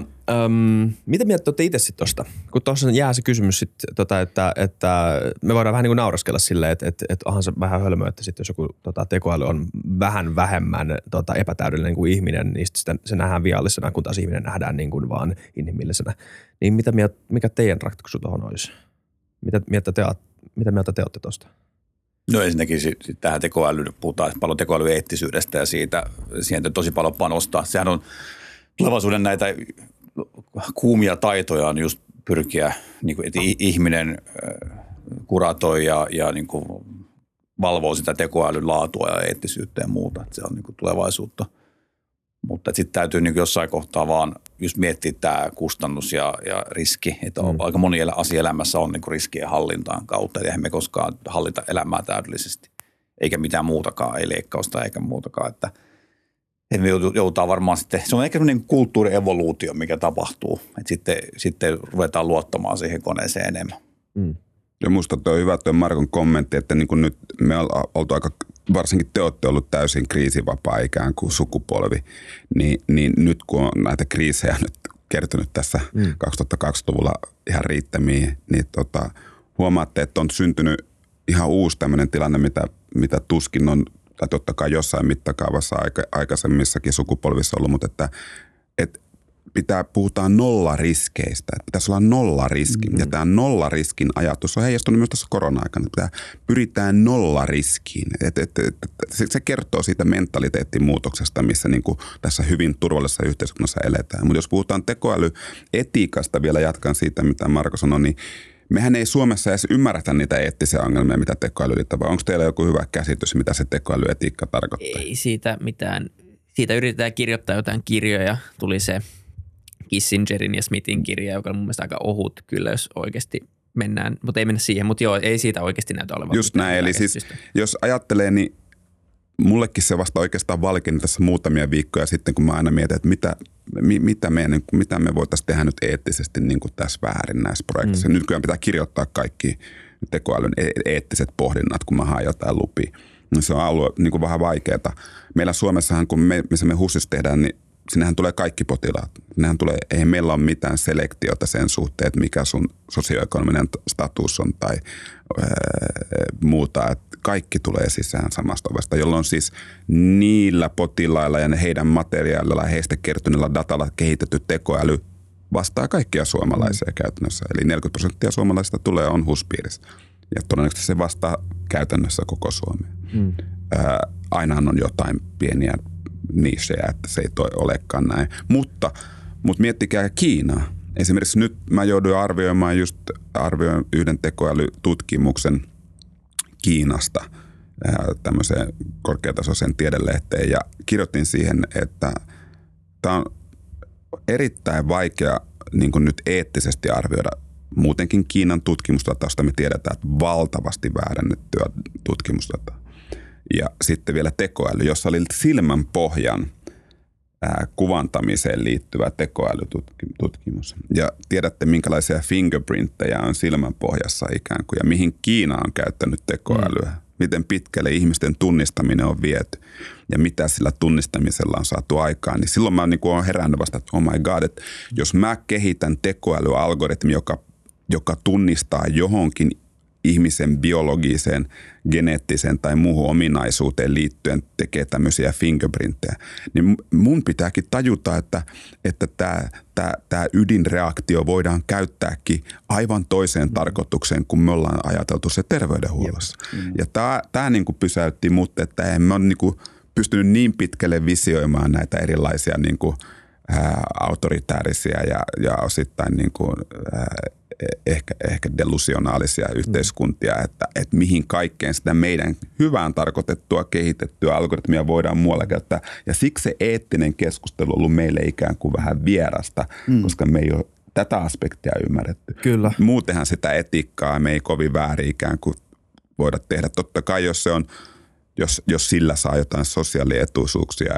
A: Mitä mieltä olette itse sitten tuosta? Kun tuossa jää se kysymys sitten, että me voidaan vähän niin kuin nauraskella silleen, että onhan se vähän hölmöä, että sitten jos joku tekoäly on vähän vähemmän epätäydellinen kuin ihminen, niin sitten se nähdään viallisena, kun taas ihminen nähdään niin kuin vaan inhimillisenä. Niin mikä teidän ratkaisu tuohon olisi? Mitä mieltä te olette tuosta?
D: No ensinnäkin tähän tekoälyyn, puhutaan paljon tekoälyn eettisyydestä ja siihen tosi paljon panostaa. Sehän on tulevaisuuden näitä kuumia taitoja on just pyrkiä, niin kuin, että ihminen kuratoi ja niin kuin valvoo sitä tekoälyn laatua ja eettisyyttä ja muuta. Että se on niin kuin tulevaisuutta. Mutta sitten täytyy niin kuin jossain kohtaa vaan just miettiä tämä kustannus ja riski. Että aika moni asia elämässä on niin kuin riskien hallintaan kautta. Eihän me koskaan hallita elämää täydellisesti. Eikä mitään muutakaan, ei leikkausta eikä muutakaan, että me joudutaan varmaan sitten, se on ehkä sellainen kulttuurievoluutio, mikä tapahtuu, että sitten ruvetaan luottamaan siihen koneeseen enemmän.
C: Ja musta tuo hyvä tuo Markon kommentti, että niin kuin nyt me ollaan oltu aika, varsinkin te olette ollut täysin kriisivapaa ikään kuin sukupolvi, niin nyt kun on näitä kriisejä nyt kertynyt tässä 2020-luvulla ihan riittämiin, niin huomaatte, että on syntynyt ihan uusi tämmöinen tilanne, mitä tuskin on, tai totta kai jossain mittakaavassa aikaisemmissakin sukupolvissa ollut, mutta että puhutaan nollariskeistä, että pitäisi olla nollariski. Ja tämä nollariskin ajatus on heijastunut myös tässä korona-aikana, että pyritään nollariskiin. Se kertoo siitä mentaliteettimuutoksesta, missä niin kuin tässä hyvin turvallisessa yhteiskunnassa eletään. Mutta jos puhutaan tekoälyetiikasta, vielä jatkan siitä, mitä Marko sanoi, niin mehän ei Suomessa edes ymmärretä niitä eettisiä ongelmia, mitä tekoäly liittyy, vai onko teillä joku hyvä käsitys, mitä se tekoälyetiikka tarkoittaa?
B: Ei siitä mitään. Siitä yritetään kirjoittaa jotain kirjoja. Tuli se Kissingerin ja Smithin kirja, joka on mun mielestä aika ohut kyllä, jos oikeasti mennään. Mutta ei mennä siihen, mutta joo, ei siitä oikeasti näytä olevan.
C: Just näin, eli siis jos ajattelee, niin mullekin se vasta oikeastaan valkeni tässä muutamia viikkoja sitten, kun mä aina mietin, että mitä me voitaisiin tehdä nyt eettisesti niin kuin tässä väärin näissä projekteissa. Nykyään pitää kirjoittaa kaikki tekoälyn eettiset pohdinnat, kun mä haen jotain lupia. Se on ollut niin kuin vähän vaikeaa. Meillä Suomessahan, kun missä me HUSissa tehdään, niin sinnehän tulee kaikki potilaat. Eihän meillä ole mitään selektiota sen suhteen, että mikä sun sosioekonominen status on tai muuta. Että kaikki tulee sisään samasta ovesta, jolloin siis niillä potilailla ja heidän materiaalilla, heistä kertyneellä datalla kehitetty tekoäly vastaa kaikkia suomalaisia käytännössä. Eli 40% suomalaisista on HUS-piirissä. Ja todennäköisesti se vastaa käytännössä koko Suomea. Ainahan on jotain pieniä niishejä, että se ei olekaan näin. Mutta miettikää Kiinaa. Esimerkiksi nyt mä jouduin arvioin yhden tekoälytutkimuksen Kiinasta tämmöiseen korkeatasoiseen tiedelehteen ja kirjoitin siihen, että tämä on erittäin vaikea niin kuin nyt eettisesti arvioida muutenkin Kiinan tutkimusdatasta. Me tiedetään, että valtavasti väärennettyä tutkimusdataa. Ja sitten vielä tekoäly, jossa oli silmän pohjan kuvantamiseen liittyvä tekoälytutkimus. Ja tiedätte, minkälaisia fingerprintteja on silmänpohjassa ikään kuin ja mihin Kiina on käyttänyt tekoälyä. Miten pitkälle ihmisten tunnistaminen on viety ja mitä sillä tunnistamisella on saatu aikaan. Niin silloin mä olen herännyt vasta, että oh my god, että jos mä kehitän tekoälyalgoritmi, joka tunnistaa johonkin ihmisen biologiseen, geneettiseen tai muuhun ominaisuuteen liittyen tekee tämmöisiä fingerprinttejä, niin mun pitääkin tajuta, että tämä ydinreaktio voidaan käyttääkin aivan toiseen tarkoitukseen, kun me ollaan ajateltu se terveydenhuollossa. Ja tämä niin kuin pysäytti mut, että en mä ole niin kuin pystynyt niin pitkälle visioimaan näitä erilaisia niin kuin, autoritäärisiä ja osittain niin kuin, ehkä delusionaalisia yhteiskuntia, että mihin kaikkeen sitä meidän hyvään tarkoitettua kehitettyä algoritmia voidaan muualla käyttää. Ja siksi se eettinen keskustelu on ollut meille ikään kuin vähän vierasta, koska me ei ole tätä aspektia ymmärretty.
A: Kyllä.
C: Muutenhan sitä etiikkaa me ei kovin väärin ikään kuin voida tehdä. Totta kai jos se on jos sillä saa jotain sosiaalietuisuuksia,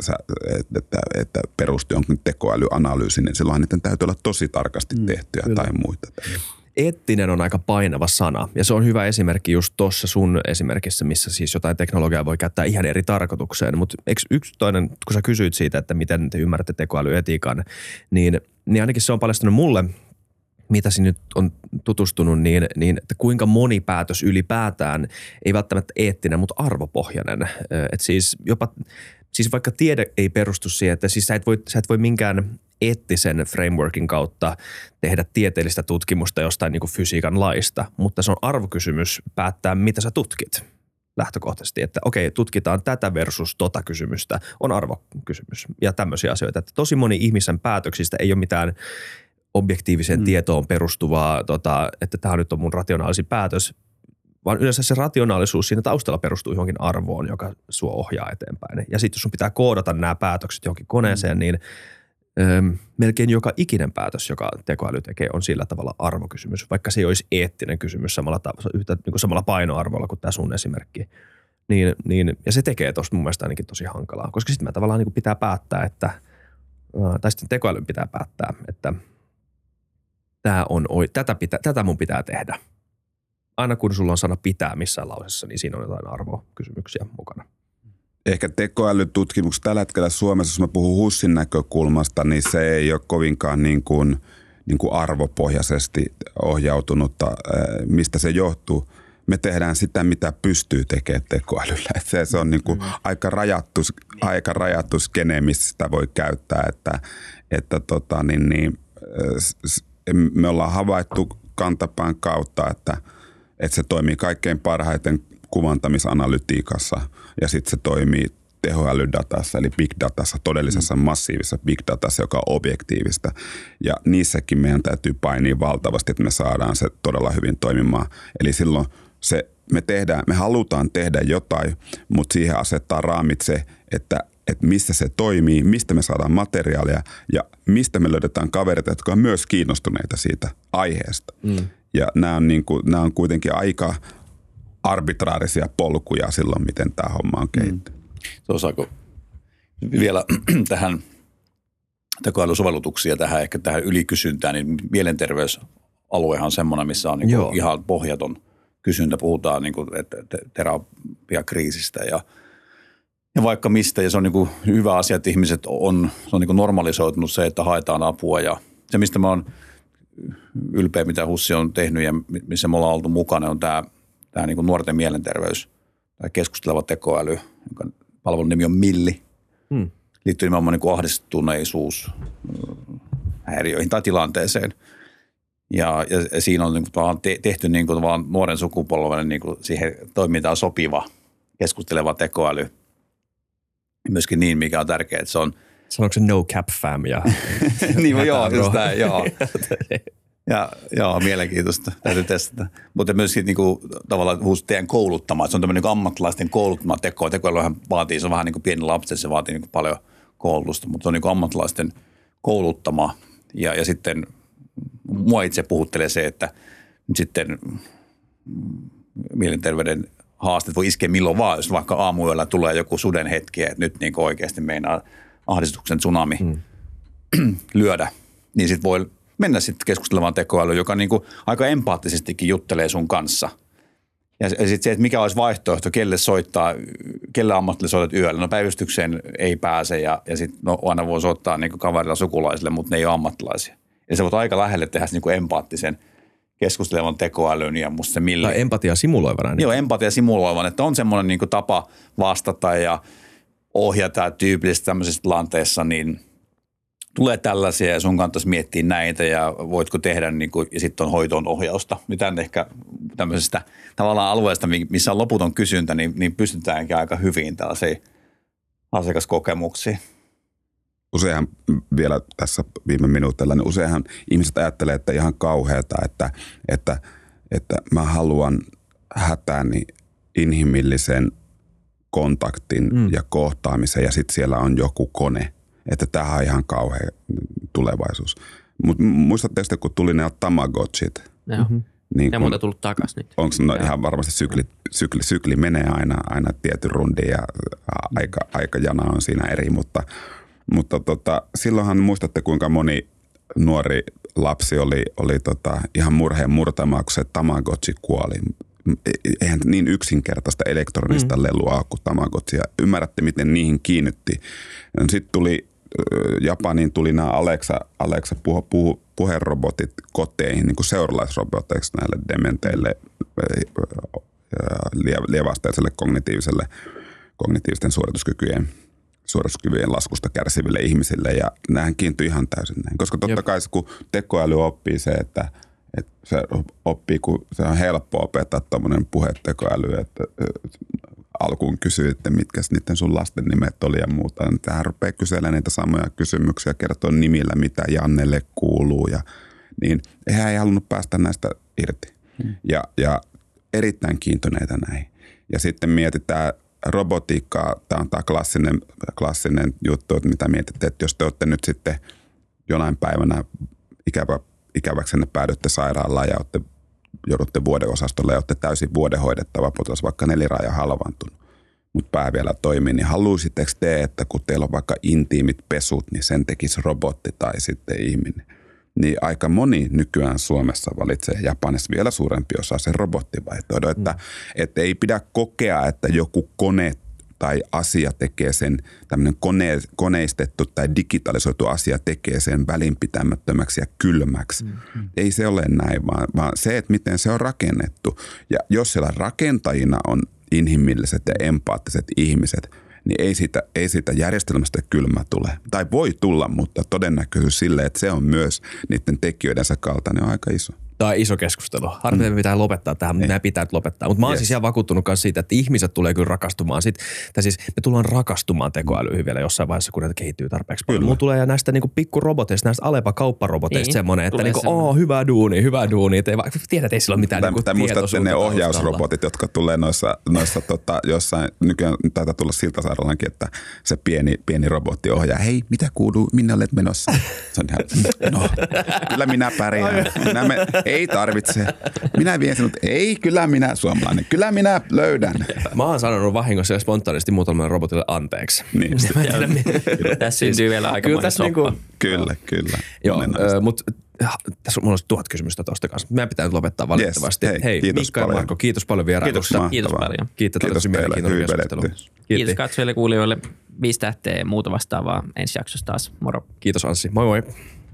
C: että perustuu jonkin tekoälyanalyysiin, niin silloinhan niiden täytyy olla tosi tarkasti tehtyjä tai muita.
A: Eettinen on aika painava sana ja se on hyvä esimerkki just tuossa sun esimerkissä, missä siis jotain teknologiaa voi käyttää ihan eri tarkoitukseen. Mutta yksi toinen, kun sä kysyit siitä, että miten te ymmärrätte tekoälyetiikan, niin ainakin se on paljastunut mulle, mitä siinä nyt on tutustunut, niin että kuinka moni päätös ylipäätään ei välttämättä eettinen, mutta arvopohjainen. Että siis vaikka tiede ei perustu siihen, että siis sä et voi minkään eettisen frameworkin kautta tehdä tieteellistä tutkimusta jostain niin kuin fysiikan laista, mutta se on arvokysymys päättää, mitä sä tutkit lähtökohtaisesti, että okei, tutkitaan tätä versus tota kysymystä, on arvokysymys ja tämmöisiä asioita. Että tosi moni ihmisen päätöksistä ei ole mitään objektiiviseen tietoon perustuvaa, että tämä nyt on mun rationaalisin päätös, vaan yleensä se rationaalisuus siinä taustalla perustuu johonkin arvoon, joka sua ohjaa eteenpäin. Ja sitten jos sun pitää koodata nämä päätökset johonkin koneeseen, niin melkein joka ikinen päätös, joka tekoäly tekee, on sillä tavalla arvokysymys, vaikka se ei olisi eettinen kysymys samalla painoarvolla kuin tämä sun esimerkki. Ja se tekee tuosta mun mielestä ainakin tosi hankalaa, koska sitten mä tavallaan niin pitää päättää, tai sitten tekoälyn pitää päättää, että tätä mun pitää tehdä. Aina kun sulla on sana pitää missään lausessa, niin siinä on jotain arvokysymyksiä mukana.
C: Ehkä tekoälytutkimuksessa tällä hetkellä Suomessa, jos mä puhun HUSin näkökulmasta, niin se ei ole kovinkaan niin kuin arvopohjaisesti ohjautunutta. Mistä se johtuu? Me tehdään sitä, mitä pystyy tekemään tekoälyllä. Se on niin kuin aika rajattu skene, missä sitä voi käyttää. Me ollaan havaittu kantapään kautta, että se toimii kaikkein parhaiten kuvantamisanalytiikassa ja sitten se toimii tehoälydatassa eli big datassa, todellisessa massiivisessa big datassa, joka on objektiivista. Ja niissäkin meidän täytyy painia valtavasti, että me saadaan se todella hyvin toimimaan. Eli silloin me halutaan tehdä jotain, mutta siihen asettaa raamit se, että missä se toimii, mistä me saadaan materiaalia ja mistä me löydetään kavereita, jotka on myös kiinnostuneita siitä aiheesta. Ja nämä on kuitenkin aika arbitraarisia polkuja silloin, miten tämä homma on kehittynyt.
D: Osaako vielä tähän tekoälysovellutuksia, tähän ylikysyntään, niin mielenterveysaluehan on semmoinen, missä on niin kuin ihan pohjaton kysyntä. Puhutaan niin kuin terapiakriisistä ja vaikka mistä, ja se on niin kuin hyvä asia, että ihmiset se on niin kuin normalisoitunut se, että haetaan apua. Ja se, mistä mä oon ylpeä, mitä HUS on tehnyt ja missä me ollaan oltu mukana, on tämä niin kuin nuorten mielenterveys, tämä keskusteleva tekoäly, jonka palvelun nimi on Milli. Liittyy nimenomaan niin kuin ahdistuneisuus häiriöihin tai tilanteeseen. Ja siinä on niin kuin tehty niin kuin vaan nuoren sukupolven niin kuin siihen toimintaan sopiva keskusteleva tekoäly. Myöskin niin, mikä on tärkeää, että se on...
A: Sanoiko se no cap fam? Ja
D: niin, joo, just näin, joo. Joo, mielenkiintoista. Täytyy testata. Mutta myöskin niin kuin, tavallaan teidän kouluttama. Se on tämmöinen niin ammattilaisten kouluttama tekoäly. Tekoälyhän vaatii, se on vähän niin kuin pieni lapsi, se vaatii niin kuin paljon koulutusta, mutta se on niin kuin ammattilaisten kouluttama. Ja sitten mua itse puhuttelee se, että nyt sitten mielenterveyden haasteet voi iskeä milloin vaan, jos vaikka aamuyöllä tulee joku suden hetki, että nyt niin oikeasti meinaa ahdistuksen tsunami lyödä, niin sitten voi mennä sitten keskustelemaan tekoälyyn, joka niin kuin aika empaattisestikin juttelee sun kanssa. Ja sitten se, että mikä olisi vaihtoehto, kelle soittaa, kelle ammatille soitat yöllä. No päivystykseen ei pääse ja sitten aina voi soittaa niin kuin kaverilla sukulaisille, mutta ne ei ole ammattilaisia. Ja sä voit aika lähelle tehdä niin kuin empaattisen keskustelevan tekoälyn ja musta se millä.
A: Tai empatia simuloivana.
D: Joo, empatia simuloivan, että on semmoinen niin kuin tapa vastata ja ohjata tyypillisesti tämmöisessä tilanteessa, niin tulee tällaisia ja sun kannattaisi miettiä näitä ja voitko tehdä niin kuin, ja sitten on hoitoon ohjausta. Mitään ehkä tämmöisestä tavallaan alueesta, missä on loputon kysyntä, niin pystytäänkin aika hyvin tällaisiin asiakaskokemuksiin.
C: Useinhan vielä tässä viime minuutilla, niin useinhan ihmiset ajattelee, että ihan kauheata, että mä haluan hätääni inhimillisen kontaktin ja kohtaamisen ja sitten siellä on joku kone. Että tämähän on ihan kauhea tulevaisuus. Mutta muistatteko, kun tuli ne Tamagotchit? Niin
B: ja muuta tullut takaisin nyt.
C: Onko ihan varmasti sykli menee aina tietyn rundin ja aikajana on siinä eri, mutta silloinhan muistatte, kuinka moni nuori lapsi oli ihan murheen murtamaa, kun se Tamagotchi kuoli. Eihän niin yksinkertaista elektronista lelua kuin Tamagotchi. Ja ymmärrätte, miten niihin kiinnitti. Sitten tuli Japaniin tuli nämä Alexa puherobotit koteihin, niin kuin seuralaisroboteiksi näille dementeille, lieväasteiselle kognitiivisten suorituskykyjen laskusta kärsiville ihmisille. Ja nämähän kiintyi ihan täysin näin. Koska totta kai kun tekoäly oppii se, että se oppii, kun se on helppo opettaa tuommoinen puhetekoäly, että alkuun kysyy, että mitkä niiden sun lasten nimet oli ja muuta. Tähän rupeaa kyselemään niitä samoja kysymyksiä, kertoo nimillä, mitä Jannelle kuuluu. Niin hän ei halunnut päästä näistä irti. Ja erittäin kiintoneita näihin. Ja sitten mietitään robotiikkaa. Tämä on tämä klassinen juttu, että mitä mietitte, että jos te olette nyt sitten jonain päivänä ikäväksenne päädytte sairaalaan ja joudutte vuodeosastolle ja olette täysin vuodehoidettava potilas, vaikka neliraaja halvaantunut, mutta pää vielä toimii, niin haluaisitteko te, että kun teillä on vaikka intiimit pesut, niin sen tekisi robotti tai sitten ihminen? Niin aika moni nykyään Suomessa valitsee, Japanissa vielä suurempi osa sen robottivaihtoehdon, että ei pidä kokea, että joku kone tai asia tekee sen, tämmöinen koneistettu tai digitalisoitu asia tekee sen välinpitämättömäksi ja kylmäksi. Ei se ole näin, vaan se, että miten se on rakennettu. Ja jos siellä rakentajina on inhimilliset ja empaattiset ihmiset, niin ei siitä järjestelmästä kylmä tule. Tai voi tulla, mutta todennäköisyys sille, että se on myös niiden tekijöidensä kaltainen on aika iso.
A: Tämä on iso keskustelu. Harmi, me pitää lopettaa tähän, mutta nämä pitää lopettaa. Mutta mä oon siis ihan vakuuttunut myös siitä, että ihmiset tulee kyllä rakastumaan. Me tullaan rakastumaan tekoälyyn vielä jossain vaiheessa, kun ne kehittyy tarpeeksi paljon. Mulla tulee näistä niinku pikkuroboteista, näistä Alepa-kaupparoboteista semmoinen, että niinku, hyvä duuni. Ei tiedä, että ei sillä ole mitään niinku tietoisuutta.
C: Muistatte ne ohjausrobotit, jotka tulee noissa jossain, nykyään taitaa tulla Siltasaarallakin, että se pieni robotti ohjaa. Hei, mitä kuuluu, minne olet menossa? Se on ihan, kyllä minä pärjään. Ei tarvitse. Minä vien sinut. Ei, kyllä minä suomalainen. Kyllä minä löydän.
A: Mä oon sanonut vahingossa ja spontaanisti muutamalle robotille anteeksi.
C: Niin.
B: Tässä syntyy vielä aikamoinen soppa.
C: Kyllä.
A: Joo, mutta tässä on 1000 kysymystä tuosta kanssa. Meidän pitää nyt lopettaa valitettavasti.
C: Yes.
A: Hei Mikko ja Marko, kiitos paljon vierailusta.
B: Kiitos paljon.
A: Kiitos mielenkiintoinen keskustelu.
B: Kiitos katsojille kuulijoille. 5 tähteä ja muuta vastaavaa ensi jaksossa taas. Moro.
A: Kiitos Anssi. Moi moi.